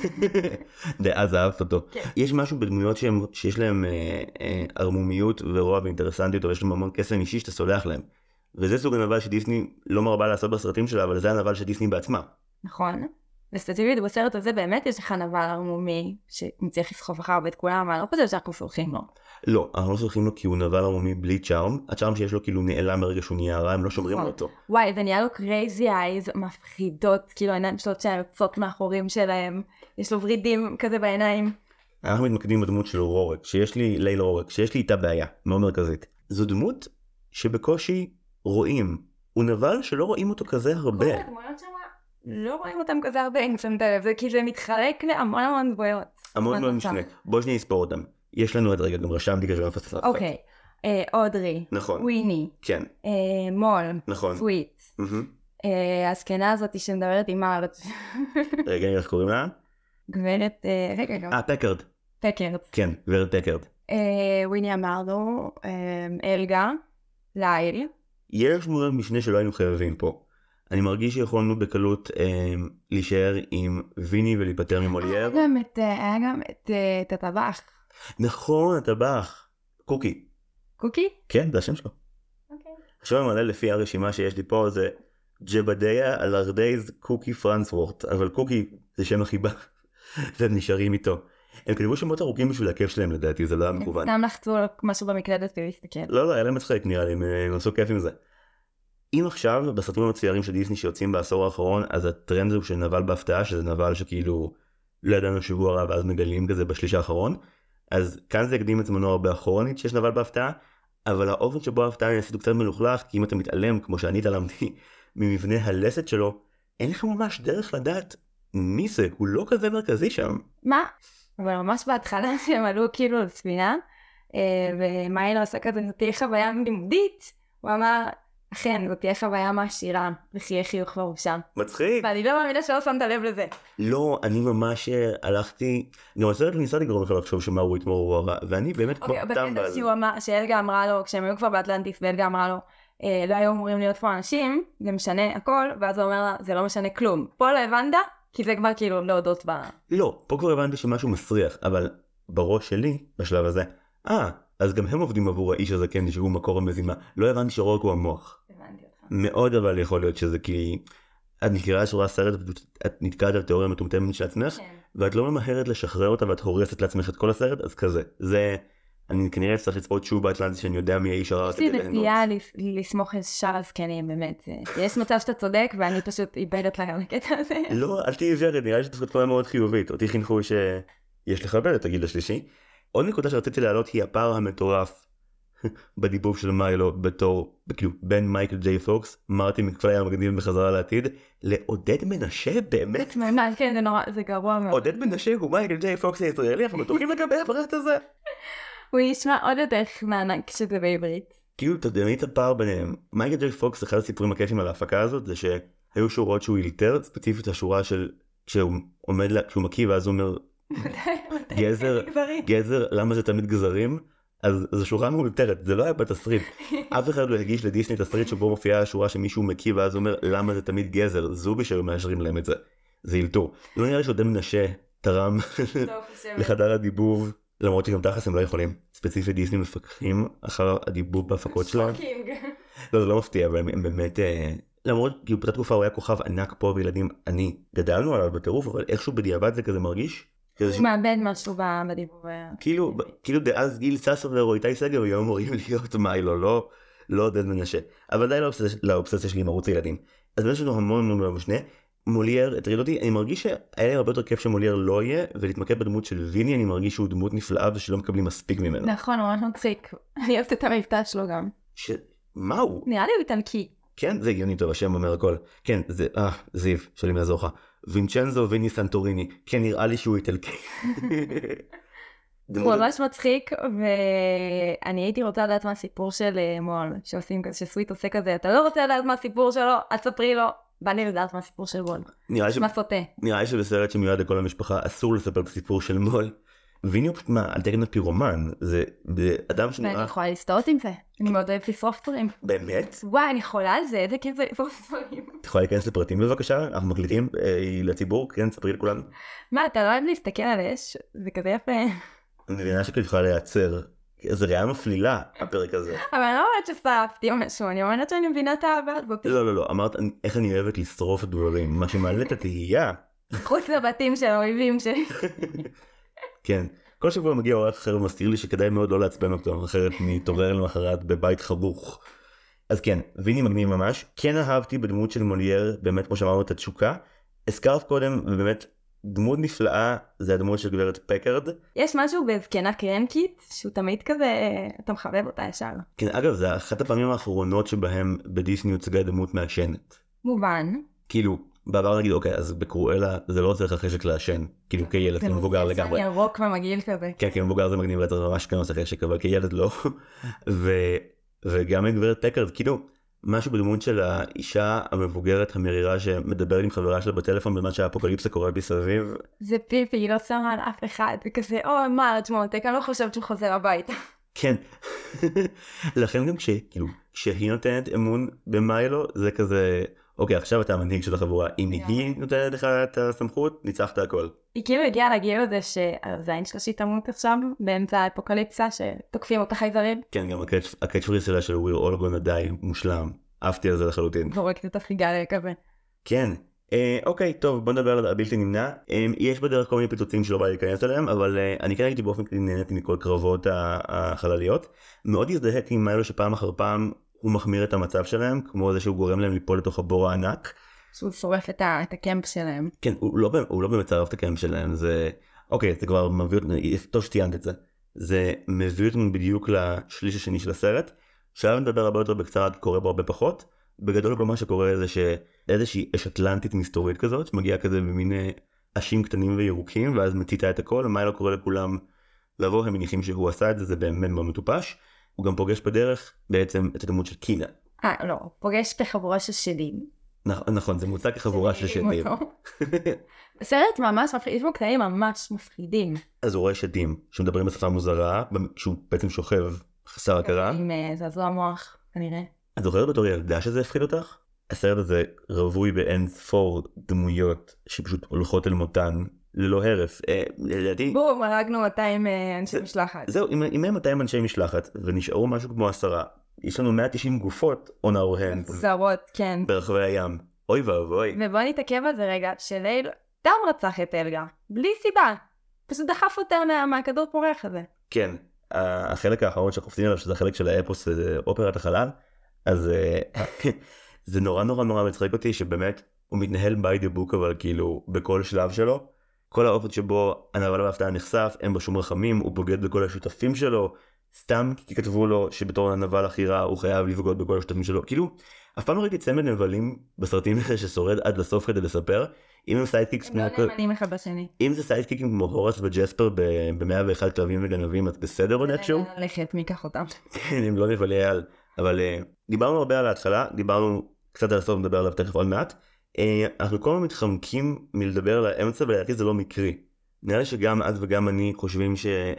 דאז אהבת אותו. יש משהו בדמויות שיש להם ערמומיות ורוע ואינטרסנטיות, אבל יש להם המון קסם אישי שאתה סולח להם. וזה סוג הנבל שדיסני לא מרבה לעשות בסרטים שלה, אבל זה הנבל של דיסני בעצמה. נכון. וספציפית בסרט הזה באמת יש לך נבל ערמומי שמצליח לסחוף אחר ואת כולם, אבל לא חושב שאנחנו סולחים לו. לא, אנחנו לא סולחים לו כי הוא נבל ערמומי בלי צ'ארם. הצ'ארם שיש לו כאילו נעלם ברגע שהוא נהיה רע, הם לא שומרים על אותו. וואי, זה נהיה לו קרייזי אייז מפחידות, כאילו העיניים שלו שהן יוצאות מאחורים שלהם, יש לו ורידים כזה בעיניים. אנחנו מתמקדים בדמות של רורק, שיש לי, ליל רורק, שיש לי איתה בעיה, מאוד מרכזית. זו דמות שבקושי רואים. הוא נבל שלא רואים אותו כזה הרבה. כל הדמויות שמה, לא רואים אותם כזה הרבה, אם שמת לב, זה כי זה מתחלק להמון המון דמויות. המון מאוד משנה. בוא שניה נספור אותם. יש לנו את רגע, גם רשמתי כשלא מפספס. אוקיי. אודרי. נכון. וויני. כן. מול. נכון. סוויט. הזקנה הזאת שמדברת עם מארט. רגע, איך קוראים לה? גברת, רגע גם. אה, פקרד. פקרד. כן, גברת פקרד. וויני אמרנו, אלגה, ליל. יש דמויות משנה שלא היינו חייבים פה. אני מרגיש שיכולנו בקלות אה, להישאר עם ויני ולהיפטר ממולייר. היה גם את, היה גם את, את הטבח. נכון, הטבח. קוקי. קוקי? כן, זה השם שלו. אוקיי. עכשיו אני מלא לפי הרשימה שיש לי פה, זה ג'בדיה אלרדייז קוקי פרנסוורט. אבל קוקי זה שם החיבה. והם נשארים איתו. הם כתבו שמות ארוכים בשביל הכיף שלהם לדעתי, זה לא היה מכוון. סתם לחצו משהו במקלדת ולהסתכל. לא, לא, היה להם מצחיק נראה לי, הם עשו כיף עם זה. אם עכשיו, בסרטים המצוירים של דיסני שיוצאים בעשור האחרון, אז הטרנד הוא של נבל בהפתעה, שזה נבל שכאילו לא ידענו שבוע רב, ואז מגלים כזה בשליש האחרון. אז כאן זה הקדים את זמנו הרבה אחרונית שיש נבל בהפתעה, אבל האופן שבו ההפתעה נעשית הוא קצת מלוכלך, כי אם אתה מתעלם, כמו שאני התעלמתי, ממבנה הלסת שלו, אין לך ממש דרך לדעת מי זה, הוא לא כזה מרכזי שם. מה? אבל ממש בהתחלה שהם עלו כאילו לספינה, ומה לא עשה כזה, זאת תהיה חוויה לימודית, הוא אמר, אכן, זאת תהיה חוויה מעשירה, וכי חיוך בראשם. מצחיק. ואני לא מאמינה שלא שמת לב לזה. לא, אני ממש הלכתי, גם הסרט ניסה לגרום לך לחשוב שמה הוא יתמור הוא הרע, ואני באמת כמו טמבל. שאלגה אמרה לו, כשהם היו כבר באטלנטיס, ואלגה אמרה לו, לא היו אמורים להיות פה אנשים, זה משנה הכל, ואז הוא אומר לה, זה לא משנה כלום. פה לא הבנת? כי זה כבר כאילו להודות בה. לא, פה כבר הבנתי שמשהו מסריח, אבל בראש שלי, בשלב הזה, אה, אז גם הם עובדים עבור האיש הזה, כן, שהוא מקור המזימה. לא הבנתי שרוק הוא המוח. הבנתי אותך. מאוד אבל יכול להיות שזה כי את מכירה שורה סרט, את נתקעת על תיאוריה מטומטמת של עצמך, ואת לא ממהרת לשחרר אותה ואת הורסת לעצמך את כל הסרט, אז כזה. זה, אני כנראה צריך לצפות שוב באטלנטיס שאני יודע מי האיש הרע. יש לי נטייה לסמוך על שאר הזקנים, באמת. יש מצב שאתה צודק ואני פשוט איבדת להם לקטע הזה. לא, אל תהיי עיוורת, נראה לי שתפקד תקופה מאוד חיובית. אותי חינכו שיש לכבד את הגיל השלישי. עוד נקודה שרציתי להעלות היא הפער המטורף בדיבוב של מיילו בתור, כאילו, בין מייקל ג'יי פוקס, מרטי מקפליי המגניב בחזרה לעתיד, לעודד מנשה באמת. כן, זה נורא, זה גרוע מאוד. עודד מנשה הוא מייקל ג'יי פוקס הישראלי, אנחנו בטוחים לגבי הפרט הזה. הוא ישמע עוד יותר מענק שזה בעברית. כאילו, תדמי את הפער ביניהם. מייקל ג'יי פוקס, אחד הסיפורים הכיפים על ההפקה הזאת, זה שהיו שורות שהוא ילתר, ספציפית השורה של, כשהוא עומד לה, כשהוא מקיא, ואז הוא אומר, גזר, גזר, למה זה תמיד גזרים? אז זו שורה מאולתרת, זה לא היה בתסריט. אף אחד לא הגיש לדיסני תסריט שבו מופיעה השורה שמישהו מקיא, ואז הוא אומר, למה זה תמיד גזר? זובי שהיו מאשרים להם את זה. זה ילתור. לא נראה לי שעודד מנשה תרם לחדר הדיבוב, למרות שגם תכלס הם לא יכולים. ספציפית דיסני מפקחים אחר הדיבוב בהפקות שלהם. לא, זה לא מפתיע, אבל הם באמת, למרות, כאילו באותה תקופה הוא היה כוכב ענק פה וילדים, אני גדלנו עליו בטירוף, אבל איכשהו בדיעבד זה כזה מרגיש. הוא מאבד משהו בדיבוב. כאילו, כאילו דאז גיל ססובר או איתי סגר היו אמורים להיות מיילו, לא, לא עודד מנשה. אבל די לאובססיה שלי עם ערוץ הילדים. אז באמת יש לנו המון המון משנה. מולייר, הטריד אותי, אני מרגיש שהיה לי הרבה יותר כיף שמולייר לא יהיה, ולהתמקד בדמות של ויני, אני מרגיש שהוא דמות נפלאה ושלא מקבלים מספיק ממנו. נכון, ממש מצחיק. אני אוהבת את המבטא שלו גם. ש... מה הוא? נראה לי הוא איטלקי. כן, זה הגיוני טוב, השם אומר הכל. כן, זה, אה, זיו, שלי מעזור לך. וינצ'נזו ויני סנטוריני. כן, נראה לי שהוא איטלקי. הוא ממש מצחיק, ואני הייתי רוצה לדעת מה הסיפור של מול, שעושים כזה, שסוויט עושה כזה, אתה לא רוצה לדעת מה הסיפור שלו, את ספרי לו. בא לי לדעת מה הסיפור של מול. מה סוטה. נראה לי שבסרט שמיועד לכל המשפחה אסור לספר את הסיפור של מול. ויני הוא פשוט מה, על תקן הפירומן, זה אדם שנראה... ואני יכולה להסתות עם זה, אני מאוד אוהבת לשרוף דברים. באמת? וואי, אני יכולה על זה, איזה כיף זה לשרוף דברים. את יכולה להיכנס לפרטים בבקשה? אנחנו מקליטים לציבור, כן, ספרי לכולנו. מה, אתה לא אוהב להסתכל על אש? זה כזה יפה. אני מבינה שכאילו יכולה לייצר, זה ראיה מפלילה, הפרק הזה. אבל אני לא אומרת ששרפתי או משהו, אני אומרת שאני מבינה את האהבה הזאת. לא, לא, לא, אמרת איך אני אוהבת לשרוף דברים, מה שמעלה את התהייה. חוץ לבתים של האויבים שלי. כן. כל שבוע מגיע אורח אחר ומזכיר לי שכדאי מאוד לא לעצבן אותו, אחרת מתעורר למחרת בבית חרוך. אז כן, ויני מגניב ממש. כן אהבתי בדמות של מולייר, באמת כמו שאמרנו את התשוקה. הזכרת קודם, ובאמת דמות נפלאה, זה הדמות של גברת פקארד. יש משהו בזקנה קרנקית, שהוא תמיד כזה, אתה מחבב אותה ישר. כן, אגב, זה אחת הפעמים האחרונות שבהם בדיסני הוצגה דמות מעשנת. מובן. כאילו, בעבר נגיד, אוקיי, אז בקרואלה זה לא צריך חשק לעשן, כאילו כילד, כמבוגר לגמרי. זה ירוק ומגעיל כזה. כן, כמבוגר זה מגניב, זה ממש כן עושה חשק, אבל כילד לא. וגם גברת פקארד, כאילו, משהו בדמות של האישה המבוגרת המרירה שמדברת עם חברה שלה בטלפון בזמן שהאפוקליפסה קורה מסביב. זה פיפי, היא לא שמה על אף אחד, וכזה, או מה, תשמעותק, אני לא חושבת שהוא חוזר הביתה. כן. לכן גם כשכאילו, כשהיא נותנת אמון במיילו, זה כזה... אוקיי, עכשיו אתה המנהיג של החבורה, אם היא נותנת לך את הסמכות, ניצחת הכל. היא כאילו הגיעה לגיל הזה שהזין שלה תמות עכשיו, באמצע האפוקליפסה, שתוקפים אותה חייזרים. כן, גם הקאץ' פריז שלה של We're all gonna die מושלם. אהבתי על זה לחלוטין. זורקת את הסיגריה כזה. כן. אוקיי, טוב, בוא נדבר על הבלתי נמנע. יש בדרך כל מיני פיצוצים שלא בא להיכנס אליהם, אבל אני כן הייתי באופן כדי נהניתי מכל קרבות החלליות. מאוד הזדהיתי עם מיילו שפעם אחר פעם הוא מחמיר את המצב שלהם, כמו זה שהוא גורם להם ליפול לתוך הבור הענק. שהוא שורף את, ה- את הקמפ שלהם. כן, הוא לא, הוא לא באמת שרף את הקמפ שלהם, זה... אוקיי, זה כבר מביא אותנו, טוב שציינת את זה. זה מביא אותנו בדיוק לשליש השני של הסרט, שעכשיו נדבר הרבה יותר בקצרה, קורה בו הרבה פחות. בגדול כל מה שקורה זה שאיזושהי אש אטלנטית מסתורית כזאת, שמגיעה כזה במין אשים קטנים וירוקים, ואז מציתה את הכל, ומה לא קורה לכולם לבוא, הם מניחים שהוא עשה את זה, זה באמת מאוד מטופש. הוא גם פוגש בדרך בעצם את הדמות של קינה. אה, לא, פוגש כחבורה של שדים. נכון, זה מוצג כחבורה של שדים. בסרט ממש מפחיד, יש בו קטעים ממש מפחידים. אז הוא רואה שדים שמדברים בשפה מוזרה, שהוא בעצם שוכב חסר הכרה. עם זעזוע מוח, כנראה. את זוכרת בתור ילדה שזה הפחיד אותך? הסרט הזה רווי באין ספור דמויות שפשוט הולכות אל מותן. ללא הרף, לדעתי... בום, הרגנו מאתיים אנשי משלחת. זהו, אם הם מאתיים אנשי משלחת, ונשארו משהו כמו עשרה, יש לנו מאה ותשעים גופות on our hands. זרות, כן. ברחבי הים. אוי ואבוי. ובוא נתעכב על זה רגע, שליל דם רצח את אלגה, בלי סיבה. פשוט דחף אותה מהכדור פורח הזה. כן, החלק האחרון שחופצים עליו, שזה החלק של האפוס, זה אופרת החלל, אז זה נורא נורא נורא מצחיק אותי, שבאמת הוא מתנהל by the book, אבל כאילו בכל שלב שלו, כל האופן שבו הנבל וההפתעה נחשף, אין בו שום רחמים, הוא בוגד בכל השותפים שלו, סתם כי כתבו לו שבתור הנבל הכי רע הוא חייב לבגוד בכל השותפים שלו. כאילו, אף פעם לא ראיתי צמד נבלים בסרטים האלה ששורד עד לסוף כדי לספר. אם הם סיידקיקס כמו... לא נאמנים אחד בשני. אם זה סיידקיקים כמו הורס וג'ספר ב-מאה ואחד כלבים וגנבים, אז בסדר עוד איכשהו? זה ללכת, מי ייקח אותם. כן, הם לא נבלי על. אבל דיברנו הרבה על ההתחלה, דיברנו קצת על הסוף, נדבר עליו תכף עוד מעט. אנחנו כל הזמן מתחמקים מלדבר על האמצע, ולדעתי זה לא מקרי. נראה לי שגם את וגם אני חושבים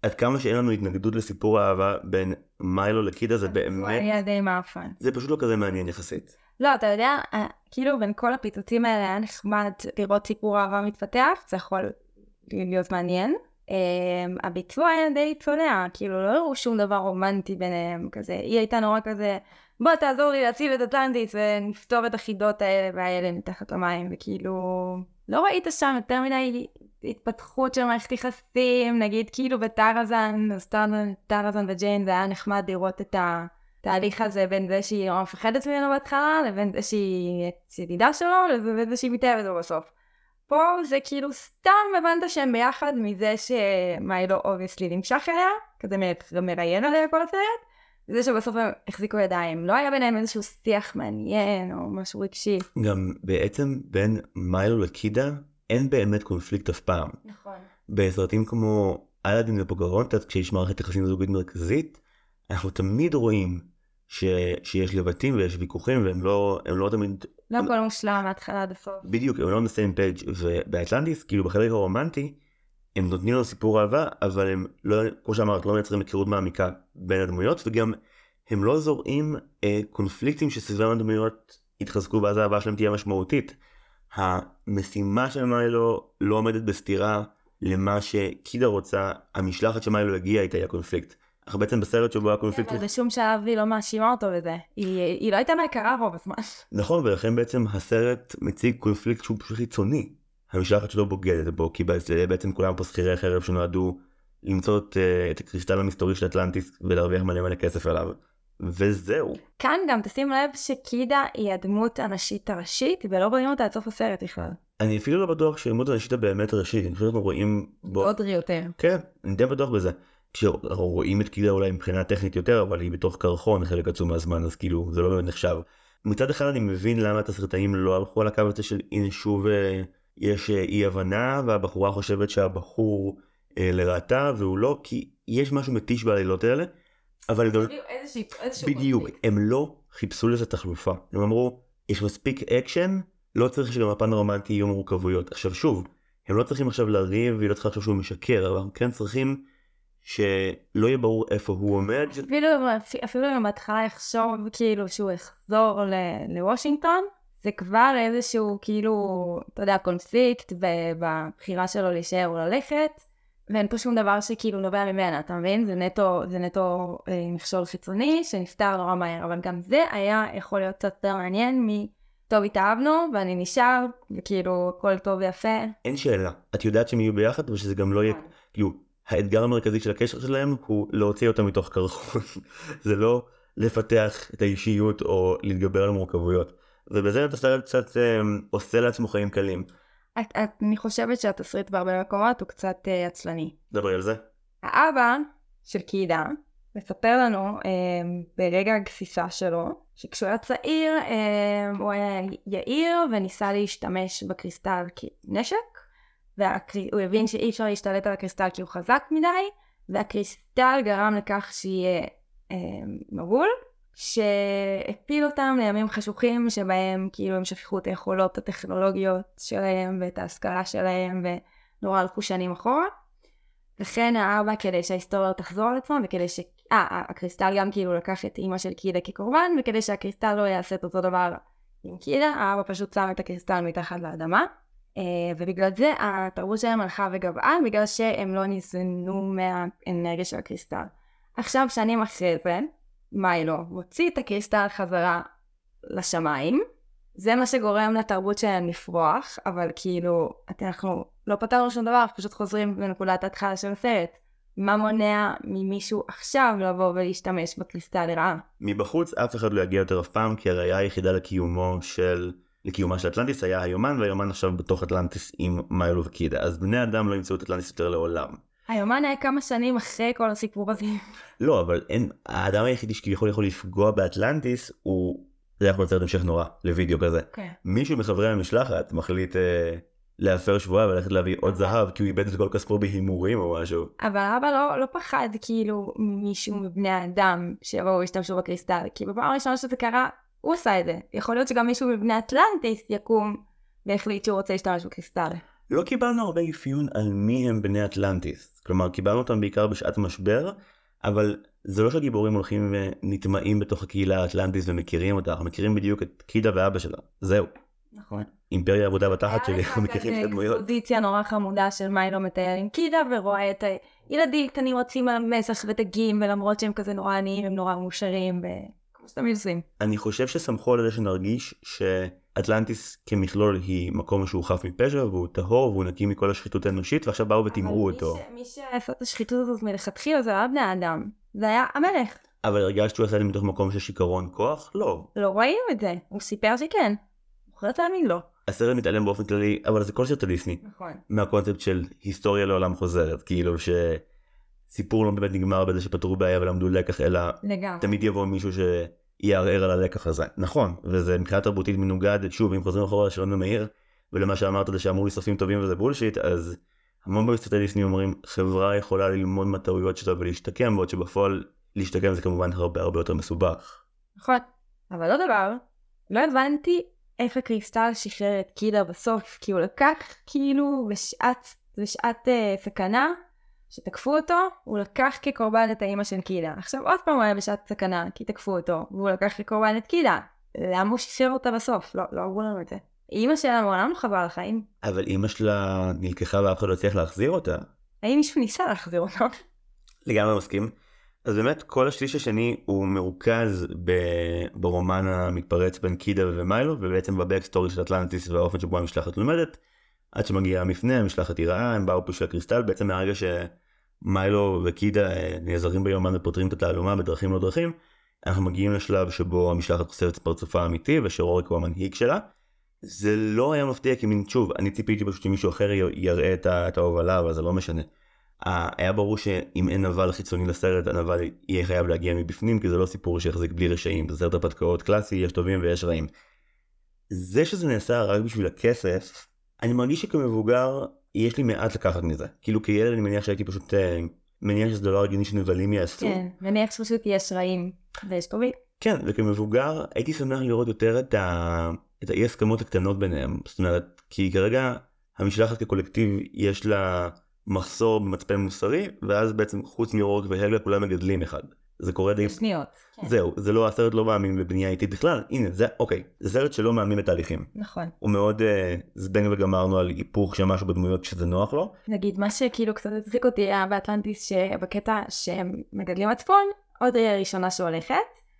עד כמה שאין לנו התנגדות לסיפור האהבה בין מיילו לקידה, זה באמת... היה די מאפן. זה פשוט לא כזה מעניין יחסית. לא, אתה יודע, כאילו בין כל הפיצוצים האלה היה נחמד לראות סיפור אהבה מתפתח, זה יכול להיות מעניין. הביצוע היה די צונע, כאילו לא הראו שום דבר רומנטי ביניהם, כזה, היא הייתה נורא כזה, בוא תעזור לי להציל את אטלנטיס ונפתור את החידות האלה והאלה מתחת למים, וכאילו, לא ראית שם יותר מדי התפתחות של מערכת יחסים, נגיד כאילו בטרזן, אז טרזן וג'יין, זה היה נחמד לראות את התהליך הזה בין זה שהיא נורא מפחדת ממנו בהתחלה, לבין זה שהיא ידידה שלו, לבין זה שהיא מתאהבת לו בסוף. פה זה כאילו סתם הבנת שהם ביחד מזה שמיילו אובייסלי נמשך אליה, כזה מראיין עליה כל הסרט, וזה שבסוף הם החזיקו ידיים. לא היה ביניהם איזשהו שיח מעניין או משהו רגשי. גם בעצם בין מיילו לקידה אין באמת קונפליקט אף פעם. נכון. בסרטים כמו אלאדין ופוקהונטס, כשיש מערכת יחסים זוגית מרכזית, אנחנו תמיד רואים ש... שיש לבטים ויש ויכוחים, והם לא, הם לא תמיד... לא כל מושלם מההתחלה עד הסוף. בדיוק, הם לא בסיים פייג', ובאטלנטיס, כאילו בחלק הרומנטי, הם נותנים לו סיפור אהבה, אבל הם לא, כמו שאמרת, לא מייצרים היכרות מעמיקה בין הדמויות, וגם הם לא זורעים אה, קונפליקטים שסביבם הדמויות יתחזקו, ואז האהבה שלהם תהיה משמעותית. המשימה של מיילו לא עומדת בסתירה למה שקידה רוצה, המשלחת שמיילו הגיעה איתה היא הקונפליקט. אך בעצם בסרט שבו הקונפליקט... אבל בשום שלב היא לא מאשימה אותו בזה. היא לא הייתה מהקרה רוב הזמן. נכון, ולכן בעצם הסרט מציג קונפליקט שהוא פשוט חיצוני. המשלחת שלו בוגדת בו, כי בעצם כולם פה שכירי חרב שנועדו למצוא את הקריסטל המסתורי של אטלנטיס ולהרוויח מלא מלא כסף עליו. וזהו. כאן גם תשים לב שקידה היא הדמות הנשית הראשית, ולא רואים אותה עד סוף הסרט בכלל. אני אפילו לא בטוח שהדמות הנשית באמת ראשית, אני חושב שאנחנו רואים בו... עוד יותר. כן, אני די בטוח בזה. כשאנחנו רואים את קידה אולי מבחינה טכנית יותר, אבל היא בתוך קרחון חלק עצום מהזמן, אז כאילו זה לא באמת נחשב. מצד אחד אני מבין למה התסריטאים לא הלכו על הקו הזה של הנה שוב יש אי הבנה, והבחורה חושבת שהבחור לרעתה, והוא לא, כי יש משהו מתיש בעלילות האלה, אבל בדיוק, הם לא חיפשו לזה תחלופה. הם אמרו, יש מספיק אקשן, לא צריך שגם הפן הרומנטי יהיו מורכבויות. עכשיו שוב, הם לא צריכים עכשיו לריב, והיא לא צריכה לחשוב שהוא משקר, אבל הם כן צריכים שלא יהיה ברור איפה הוא עומד. אפילו, אפילו אם בהתחלה יחשוב כאילו שהוא יחזור לוושינגטון, זה כבר איזשהו כאילו, אתה יודע, קונפליקט בבחירה שלו להישאר או ללכת, ואין פה שום דבר שכאילו נובע ממנה, אתה מבין? זה נטו, זה נטו אה, מכשול חיצוני שנפטר נורא מהר, אבל גם זה היה יכול להיות קצת יותר מעניין מטוב התאהבנו, ואני נשאר, וכאילו הכל טוב ויפה. אין שאלה, את יודעת שהם יהיו ביחד, ושזה גם לא יהיה, כאילו, האתגר המרכזי של הקשר שלהם הוא להוציא אותם מתוך קרחון. זה לא לפתח את האישיות או להתגבר על מורכבויות. ובזה את הסרט קצת אה, עושה לעצמו חיים קלים. את, את, אני חושבת שהתסריט בהרבה מקומות הוא קצת אה, עצלני. דברי על זה. האבא של קידה מספר לנו אה, ברגע הגסיסה שלו, שכשהוא היה צעיר אה, הוא היה יאיר וניסה להשתמש בקריסטל כנשק, והוא הבין שאי אפשר להשתלט על הקריסטל כי הוא חזק מדי, והקריסטל גרם לכך שיהיה אה, מבול, שהפיל אותם לימים חשוכים שבהם כאילו הם שפיכו את היכולות הטכנולוגיות שלהם ואת ההשכלה שלהם ונורא הלכו שנים אחורה. לכן האבא, כדי שההיסטוריה תחזור על עצמו, וכדי ש... אה, הקריסטל גם כאילו לקח את אמא של קידה כקורבן, וכדי שהקריסטל לא יעשה את אותו דבר עם קידה, האבא פשוט שם את הקריסטל מתחת לאדמה, ובגלל זה התרבות שלהם הלכה וגבעה, בגלל שהם לא ניזונו מהאנרגיה של הקריסטל. עכשיו, שנים אחרי זה, מיילו מוציא את הקריסטל חזרה לשמיים, זה מה שגורם לתרבות שלהם לפרוח, אבל כאילו, אנחנו לא פתרנו שום דבר, פשוט חוזרים לנקודת ההתחלה של הסרט. מה מונע ממישהו עכשיו לבוא ולהשתמש בקריסטל לרעה? מבחוץ אף אחד לא יגיע יותר אף פעם, כי הראייה היחידה לקיומו של, לקיומה של אטלנטיס היה היומן, והיומן עכשיו בתוך אטלנטיס עם מיילו וקידה, אז בני אדם לא ימצאו את אטלנטיס יותר לעולם. היומן היה כמה שנים אחרי כל הסיפור הזה. לא, אבל אין, האדם היחידי שכביכול יכול לפגוע באטלנטיס הוא, זה יכול לצאת המשך נורא לוידאו כזה. Okay. מישהו מחברי המשלחת מחליט אה, להפר שבועה וללכת להביא עוד זהב, כי הוא איבד את כל כספו בהימורים או משהו. אבל אבא לא, לא פחד כאילו מישהו מבני האדם שיבואו וישתמשו בקריסטל, כי בפעם הראשונה שזה קרה, הוא עושה את זה. יכול להיות שגם מישהו מבני אטלנטיס יקום והחליט שהוא רוצה להשתמש בקריסטל. לא קיבלנו הרבה אפיון על מי הם בני אטלנטיס. כלומר, קיבלנו אותם בעיקר בשעת משבר, אבל זה לא שהגיבורים הולכים ונטמעים בתוך הקהילה האטלנטיס ומכירים אותה, אנחנו מכירים בדיוק את קידה ואבא שלה, זהו. נכון. אימפריה עבודה בתחת שלי, אנחנו מכירים את הדמויות. אקספוזיציה נורא חמודה של מיילו מטייל עם קידה, ורואה את הילדים קטנים רוצים על מסך ודגים, ולמרות שהם כזה נורא עניים, הם נורא מאושרים, וכמו שאתם עושים. אני חושב שסמכו על זה שנרגיש שאטלנטיס כמכלול היא מקום שהוא חף מפשע, והוא טהור, והוא נקי מכל השחיתות האנושית, ועכשיו באו ותמרו אותו. אבל מי שעשה את השחיתות הזאת מלכתחילה, זה היה בני האדם. זה היה המלך. אבל הרגשת שהוא עשה את זה מתוך מקום של שיכרון כוח? לא. לא ראינו את זה. הוא סיפר שכן. אחרת להאמין לא. הסרט מתעלם באופן כללי, אבל זה כל סרט דיסני. נכון. מהקונספט של היסטוריה לעולם חוזרת, כאילו שסיפור לא באמת נגמר בזה שפתרו בעיה ולמדו לקח, אלא לגמרי. תמיד יבוא מישהו שיערער על הלקח הזה. נכון, וזה מבחינה תרבותית מנוגד, שוב, אם חוזרים אחורה לשרון ומהיר, ולמה שאמרת זה שאמרו לי סופים טובים וזה בולשיט, אז המון בסרטי דיסני אומרים, חברה יכולה ללמוד מהטעויות שלה ולהשתקם, בעוד שבפועל להשתקם זה כמובן הרבה הרבה יותר מסובך. נכון, אבל לא דבר, לא הבנתי איך הקריסטל שחרר את קידה בסוף, כי הוא לקח כאילו בשעת, בשעת uh, סכנה שתקפו אותו, הוא לקח כקורבן את האמא של קידה. עכשיו עוד פעם הוא היה בשעת סכנה, כי תקפו אותו, והוא לקח כקורבן את קידה. למה הוא שחרר אותה בסוף? לא, לא אמרו לנו את זה. אמא שלה מעולם לא חזרה לחיים. אבל אמא שלה נלקחה ואף אחד לא הצליח להחזיר אותה. האם מישהו ניסה להחזיר אותה? לגמרי מסכים. אז באמת כל השליש השני הוא מרוכז ב- ברומן המתפרץ בין קידה ומיילו, ובעצם בבקסטורי של אטלנטיס והאופן שבו המשלחת לומדת, עד שמגיעה המפנה, המשלחת היא רעה, הם באו פה של הקריסטל, בעצם מהרגע שמיילו וקידה נעזרים ביומן ופותרים את התעלומה בדרכים לא דרכים, אנחנו מגיעים לשלב שבו המשלחת חושפת את פרצופה האמיתי, ושרוריק הוא המנהיג שלה. זה לא היה מפתיע, כי מין, שוב, אני ציפיתי פשוט שמישהו אחר יראה את ההובלה, אבל זה לא משנה. היה ברור שאם אין נבל חיצוני לסרט, הנבל יהיה חייב להגיע מבפנים, כי זה לא סיפור שיחזיק בלי רשעים, זה סרט הפתקאות קלאסי, יש טובים ויש רעים. זה שזה נעשה רק בשביל הכסף, אני מרגיש שכמבוגר יש לי מעט לקחת מזה. כאילו כילד אני מניח שהייתי פשוט מניח שזה דבר הגיוני שנבלים יעשו. כן, מניח שפשוט יש רעים ויש טובים. כן, וכמבוגר הייתי שמח לראות יותר את, ה... את האי הסכמות הקטנות ביניהם. זאת אומרת, כי כרגע המשלחת כקולקטיב יש לה מחסור במצפן מוסרי, ואז בעצם חוץ מרורק והלגה כולם מגדלים אחד. זה קורה די... בשניות. כן. זהו, זה לא, הסרט לא מאמין בבנייה איטית בכלל. הנה, זה, אוקיי, זה סרט שלא מאמין בתהליכים. נכון. הוא מאוד אה, זבנג וגמרנו על היפוך של משהו בדמויות שזה נוח לו. נגיד, מה שכאילו קצת הצחיק אותי היה באטלנטיס, שבקטע שהם מגדלים מצפון, עוד ראייה ראשונה שהולכת,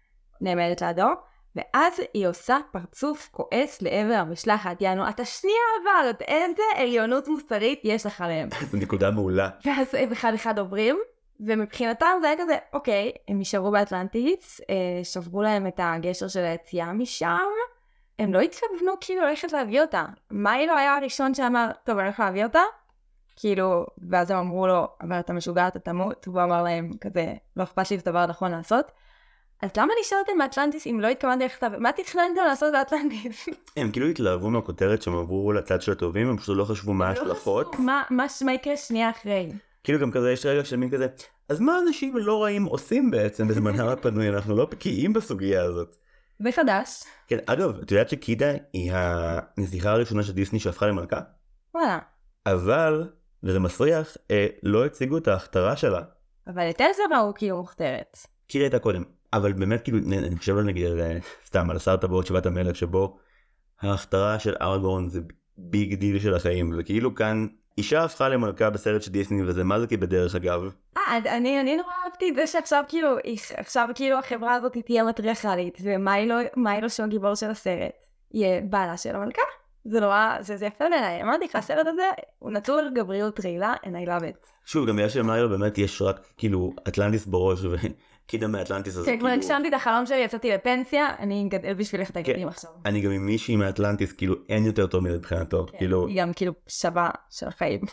נעמדת לידו, ואז היא עושה פרצוף כועס לעבר המשלחת, יענו, אתה שנייה אבל, איזה עליונות מוסרית יש לך להם. זו נקודה מעולה. ואז הם אחד אחד עוברים, ומבחינתם זה היה כזה, אוקיי, הם נשארו באטלנטיס, שברו להם את הגשר של היציאה משם, הם לא התכוונו כאילו ללכת להביא אותה. מיילו היה הראשון שאמר, טוב, אני הולך להביא אותה? כאילו, ואז הם אמרו לו, אבל אתה משוגע, אתה תמות, והוא אמר להם כזה, לא אכפת לי את הדבר הנכון לעשות. אז למה נשארתם באטלנטיס אם לא התכוונתי ללכת להביא? מה תכננתם לעשות באטלנטיס? הם כאילו התלהבו מהכותרת שהם עברו לצד של הטובים, הם פשוט לא חשבו מה ההשלכות. מה יקרה שנייה אחרי? כאילו גם כזה, יש רגע של מין כזה, אז מה אנשים לא רעים עושים בעצם בזמנם הפנוי? אנחנו לא בקיאים בסוגיה הזאת. זה חדש. כן, אגב, את יודעת שקידה היא הנסיכה הראשונה של דיסני שהפכה למלכה? וואלה. אבל, וזה מסריח, אה, לא הציגו את ההכתרה שלה. אבל את אלזה ראו כאילו מוכתרת. קירה הייתה קודם. אבל באמת כאילו, אני חושב על נגיד, סתם, על השר טבעות שבעת המלך, שבו ההכתרה של ארגורן זה ביג דיל של החיים, וכאילו כאן אישה הפכה למלכה בסרט של דיסני, וזה מה זה כי בדרך אגב. אה, אני, אני נורא אהבתי את זה שעכשיו כאילו, עכשיו כאילו החברה הזאת תהיה מטריארכלית, ומיילו שהוא הגיבור של הסרט, יהיה בעלה של המלכה. זה נורא, זה, זה יפה בעיניי. אמרתי לך, הסרט הזה הוא נטול גבריות רעילה, and I love it. שוב, גם יש למיילו באמת יש רק כאילו אטלנטיס בראש, וקידה מאטלנטיס הזה. כשכבר הגשמתי את החלום שלי, יצאתי לפנסיה, אני גדל בשביל איך תגדים עכשיו. אני גם עם מישהי מאטלנטיס, כאילו אין יותר טוב מבחינתו. היא גם כאילו שווה של החיים.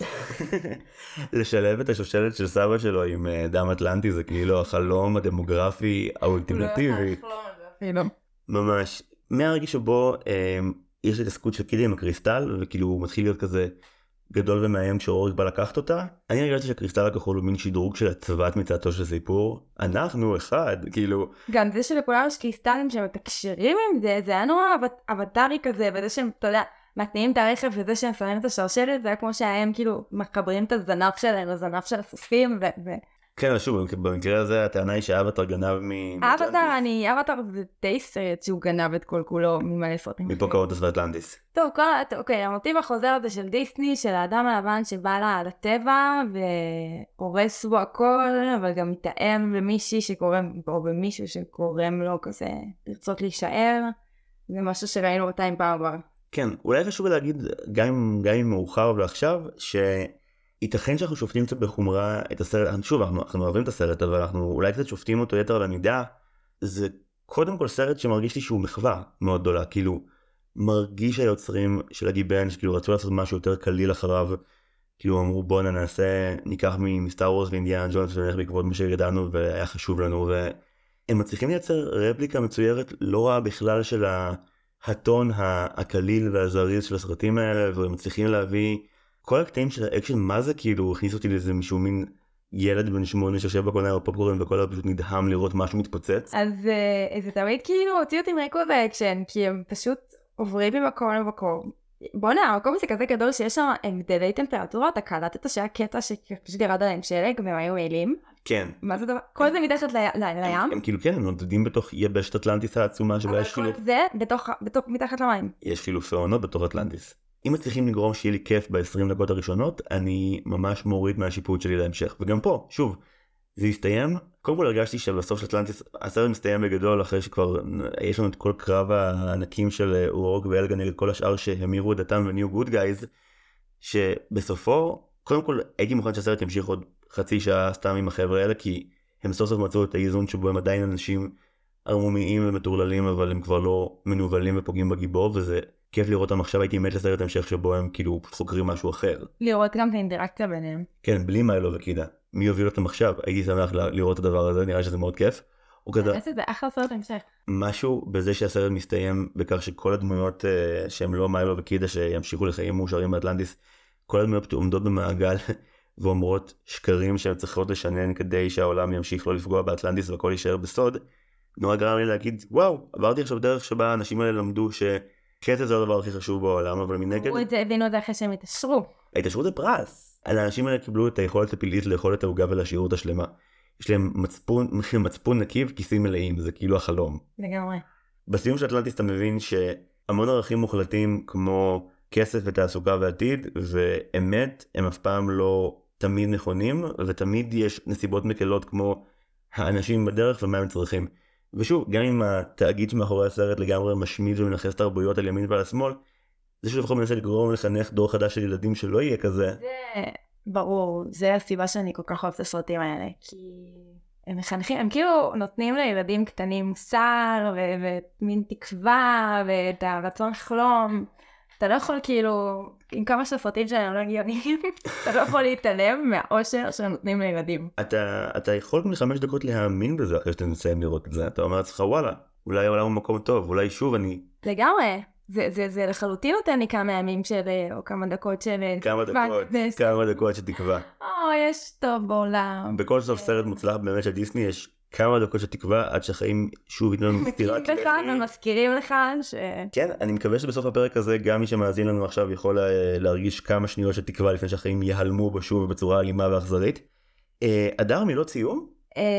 לשלב את השושלת של סבא שלו עם דם אטלנטי, זה כאילו החלום הדמוגרפי האולטימטיבי. ממש. מהרגע שבו יש התעסקות של קידה עם הקריסטל, וכאילו הוא מתחיל להיות כזה גדול ומאיים כשאוריק בא לקחת אותה. אני הרגשתי שהקריסטל הכחול הוא מין שדרוג של הצוות מצאתו של סיפור. אנחנו אחד, כאילו... גם זה שלכולם יש קריסטלים שמתקשרים עם זה, זה היה נורא אבטרי כזה, וזה שהם, אתה יודע, מתניעים את הרכב וזה שהם שמים את השרשרת, זה היה כמו שהם כאילו מחברים את הזנב שלהם, הזנב של הסוסים, ו... ו... כן, שוב, במקרה הזה הטענה היא שאבטר גנב מ... אבטר, אני, אבטר זה די סרט שהוא גנב את כל כולו ממלא סרטים. מפוקהונטס ואטלנטיס. טוב, כל, אוקיי, המוטיב החוזר הזה של דיסני, של האדם הלבן שבא לה לטבע והורס בו הכל, אבל גם מתאם במישהי שקורם, או במישהו שקורם לו כזה לרצות להישאר, זה משהו שראינו אותה עם פעם כבר. כן, אולי חשוב להגיד, גם אם מאוחר ועכשיו, שייתכן שאנחנו שופטים קצת בחומרה את הסרט, שוב, אנחנו, אנחנו אוהבים את הסרט, אבל אנחנו אולי קצת שופטים אותו יתר על המידה, זה קודם כל סרט שמרגיש לי שהוא מחווה מאוד גדולה, כאילו, מרגיש היוצרים של הגיבן, שכאילו רצו לעשות משהו יותר קליל אחריו, כאילו אמרו בוא ננסה, ניקח מסטאר וורס ואינדיאנה ג'ונס ונלך בעקבות מה שידענו והיה חשוב לנו, והם מצליחים לייצר רפליקה מצוירת לא רעה בכלל של הטון הקליל והזריז של הסרטים האלה, והם מצליחים להביא כל הקטעים של האקשן, מה זה כאילו הכניס אותי לאיזה משהו מין ילד בן שמונה שיושב בקולנוע או פופקורן וכל הפשוט נדהם לראות משהו מתפוצץ. אז זה תמיד כאילו הוציא אותי מריקוד האקשן, כי הם פשוט עוברים ממקום למקום. בוא'נה, המקום הזה כזה גדול שיש שם הבדלי טמפרטורה, אתה קלטת שהיה קטע שפשוט ירד עליהם שלג והם היו מעילים. כן. מה זה דבר? כל זה מתחת לים? הם כאילו כן, הם נודדים בתוך יבשת אטלנטיס העצומה שבה יש חילוף. אבל כל זה בתוך מתחת למים. יש חילופי עונות בתוך אטלנטיס. אם מצליחים לגרום שיהיה לי כיף ב-עשרים דקות הראשונות, אני ממש מוריד מהשיפוט שלי להמשך. וגם פה, שוב, זה הסתיים. קודם כל הרגשתי שבסוף של אטלנטיס, הסרט מסתיים בגדול אחרי שכבר יש לנו את כל קרב הענקים של אורוק ואלגה נגד כל השאר שהמירו את דתם וניו גוד גייז, שבסופו, קודם כל הייתי מוכן שהסרט ימשיך עוד חצי שעה סתם עם החבר'ה האלה, כי הם סוף סוף מצאו את האיזון שבו הם עדיין אנשים ערמומיים ומטורללים, אבל הם כבר לא מנובלים ופוגעים בגיבור, וזה כיף לראות אותם. עכשיו הייתי מת לסרט המשך שבו הם כאילו חוקרים משהו אחר. לראות גם את האינטראקציה ביניהם. כן, בלי מיילו וקידה. מי יוביל אותם עכשיו? הייתי שמח לראות את הדבר הזה, נראה שזה מאוד כיף. זה אחלה סרט המשך. משהו בזה שהסרט מסתיים בכך שכל הדמויות שהם לא מיילו וקידה שימשיכו לחיים מאושרים באטלנטיס, כל הדמויות עומדות במעגל ואומרות שקרים שהן צריכות לשנן כדי שהעולם ימשיך לא לפגוע באטלנטיס והכל יישאר בסוד. נורא גרם לי להגיד, וואו, עברתי עכשיו דרך שבה האנשים האלה למדו שקטע זה הדבר הכי חשוב בעולם, אבל מנגד... הוא הבינו את זה אחרי שהם התעשרו. ההתעשרות זה פרס. האנשים האלה קיבלו את היכולת הפלאית לאכול את העוגה ולהשאיר אותה שלמה. יש להם מצפון, מצפון נקיב, כיסים מלאים, זה כאילו החלום. לגמרי. בסיום של אטלנטיס אתה מבין שהמון ערכים מוחלטים כמו כסף ותעסוקה ועתיד ואמת הם אף פעם לא תמיד נכונים, ותמיד יש נסיבות מקלות כמו האנשים בדרך ומה הם צריכים. ושוב, גם אם התאגיד שמאחורי הסרט לגמרי משמיד ומנחס תרבויות על ימין ועל השמאל, זה שלפחות מנסה לגרום לחנך דור חדש של ילדים שלא יהיה כזה. זה ברור, זה הסיבה שאני כל כך אוהבת את הסרטים האלה, כי הם מחנכים, הם כאילו נותנים לילדים קטנים מוסר ומין תקווה ואת הרצון לחלום. אתה לא יכול כאילו, עם כמה שהסרטים שלהם לא הגיוניים, אתה לא יכול להתעלם מהאושר שנותנים לילדים. אתה, אתה יכול גם לחמש דקות להאמין בזה אחרי שאתה נסיים לראות את זה. אתה אומר לעצמך, וואלה, אולי העולם הוא מקום טוב, אולי שוב אני... לגמרי. זה, זה, זה לחלוטין נותן לי כמה ימים של, או כמה דקות של... כמה דקות, כמה דקות של תקווה. או, יש טוב בעולם. בכל סוף סרט מוצלח באמת של דיסני יש כמה דקות של תקווה עד שהחיים שוב ייתנו לנו סטירת לחי. ומזכירים לך ש... כן, אני מקווה שבסוף הפרק הזה גם מי שמאזין לנו עכשיו יכול להרגיש כמה שניות של תקווה לפני שהחיים ייהלמו בו שוב בצורה אלימה ואכזרית. אדר, מילות סיום?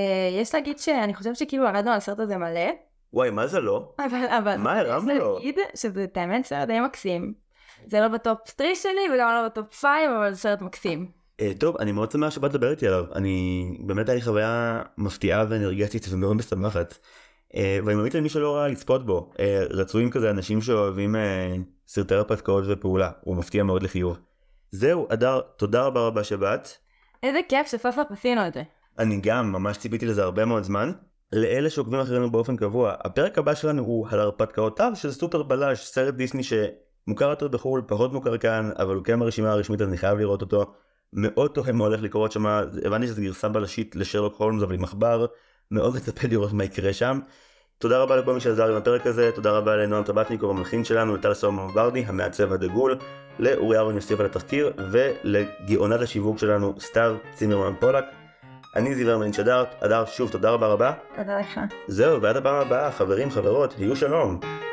יש להגיד שאני חושבת שכאילו הרדנו על הסרט הזה מלא. וואי, מה זה לא? אבל, אבל... מה הרמנו לו? יש להגיד שזה תאמן סרט די מקסים. זה לא בטופ שלוש שלי וגם לא בטופ חמש, אבל זה סרט מקסים. טוב, אני מאוד שמח שבאת לדבר איתי עליו. אני באמת היה לי חוויה מפתיעה ואנרגטית ומאוד משמחת. ואני ממליץ למי שלא ראה לצפות בו. רצויים כזה אנשים שאוהבים סרטי הרפתקאות ופעולה. הוא מפתיע מאוד לחיוב. זהו, אדר, תודה רבה רבה שבאת. איזה כיף שסוף סוף עשינו את זה. אני גם ממש ציפיתי לזה הרבה מאוד זמן. לאלה שעוקבים אחרינו באופן קבוע, הפרק הבא שלנו הוא על הרפתקאותיו של סופר בלש, סרט דיסני שמוכר יותר בחו"ל, פחות מוכר כאן, אבל הוא כן ברשימה הרשמית, אז אני חייב לראות אותו. מאוד תוהם מה הולך לקרות שם, הבנתי שזו גרסה בלשית לשרלוק הולמס, אבל עם מחבר, מאוד מצפה לראות מה יקרה שם. תודה רבה לכל מי שעזר עם הפרק הזה, תודה רבה לנועם טבטניקוב המלחין שלנו, לטל סומר ורדי, המעצב הדגול, לאורי אהרון יוסיף על התחקיר, ולגאונת השיווק שלנו, סתיו צימרמן פולק. אני זיו הרמלין שדארט, אדר, שוב תודה רבה רבה. תודה לך. זהו, ועד הפעם הבאה, חברים, חברות, היו שלום.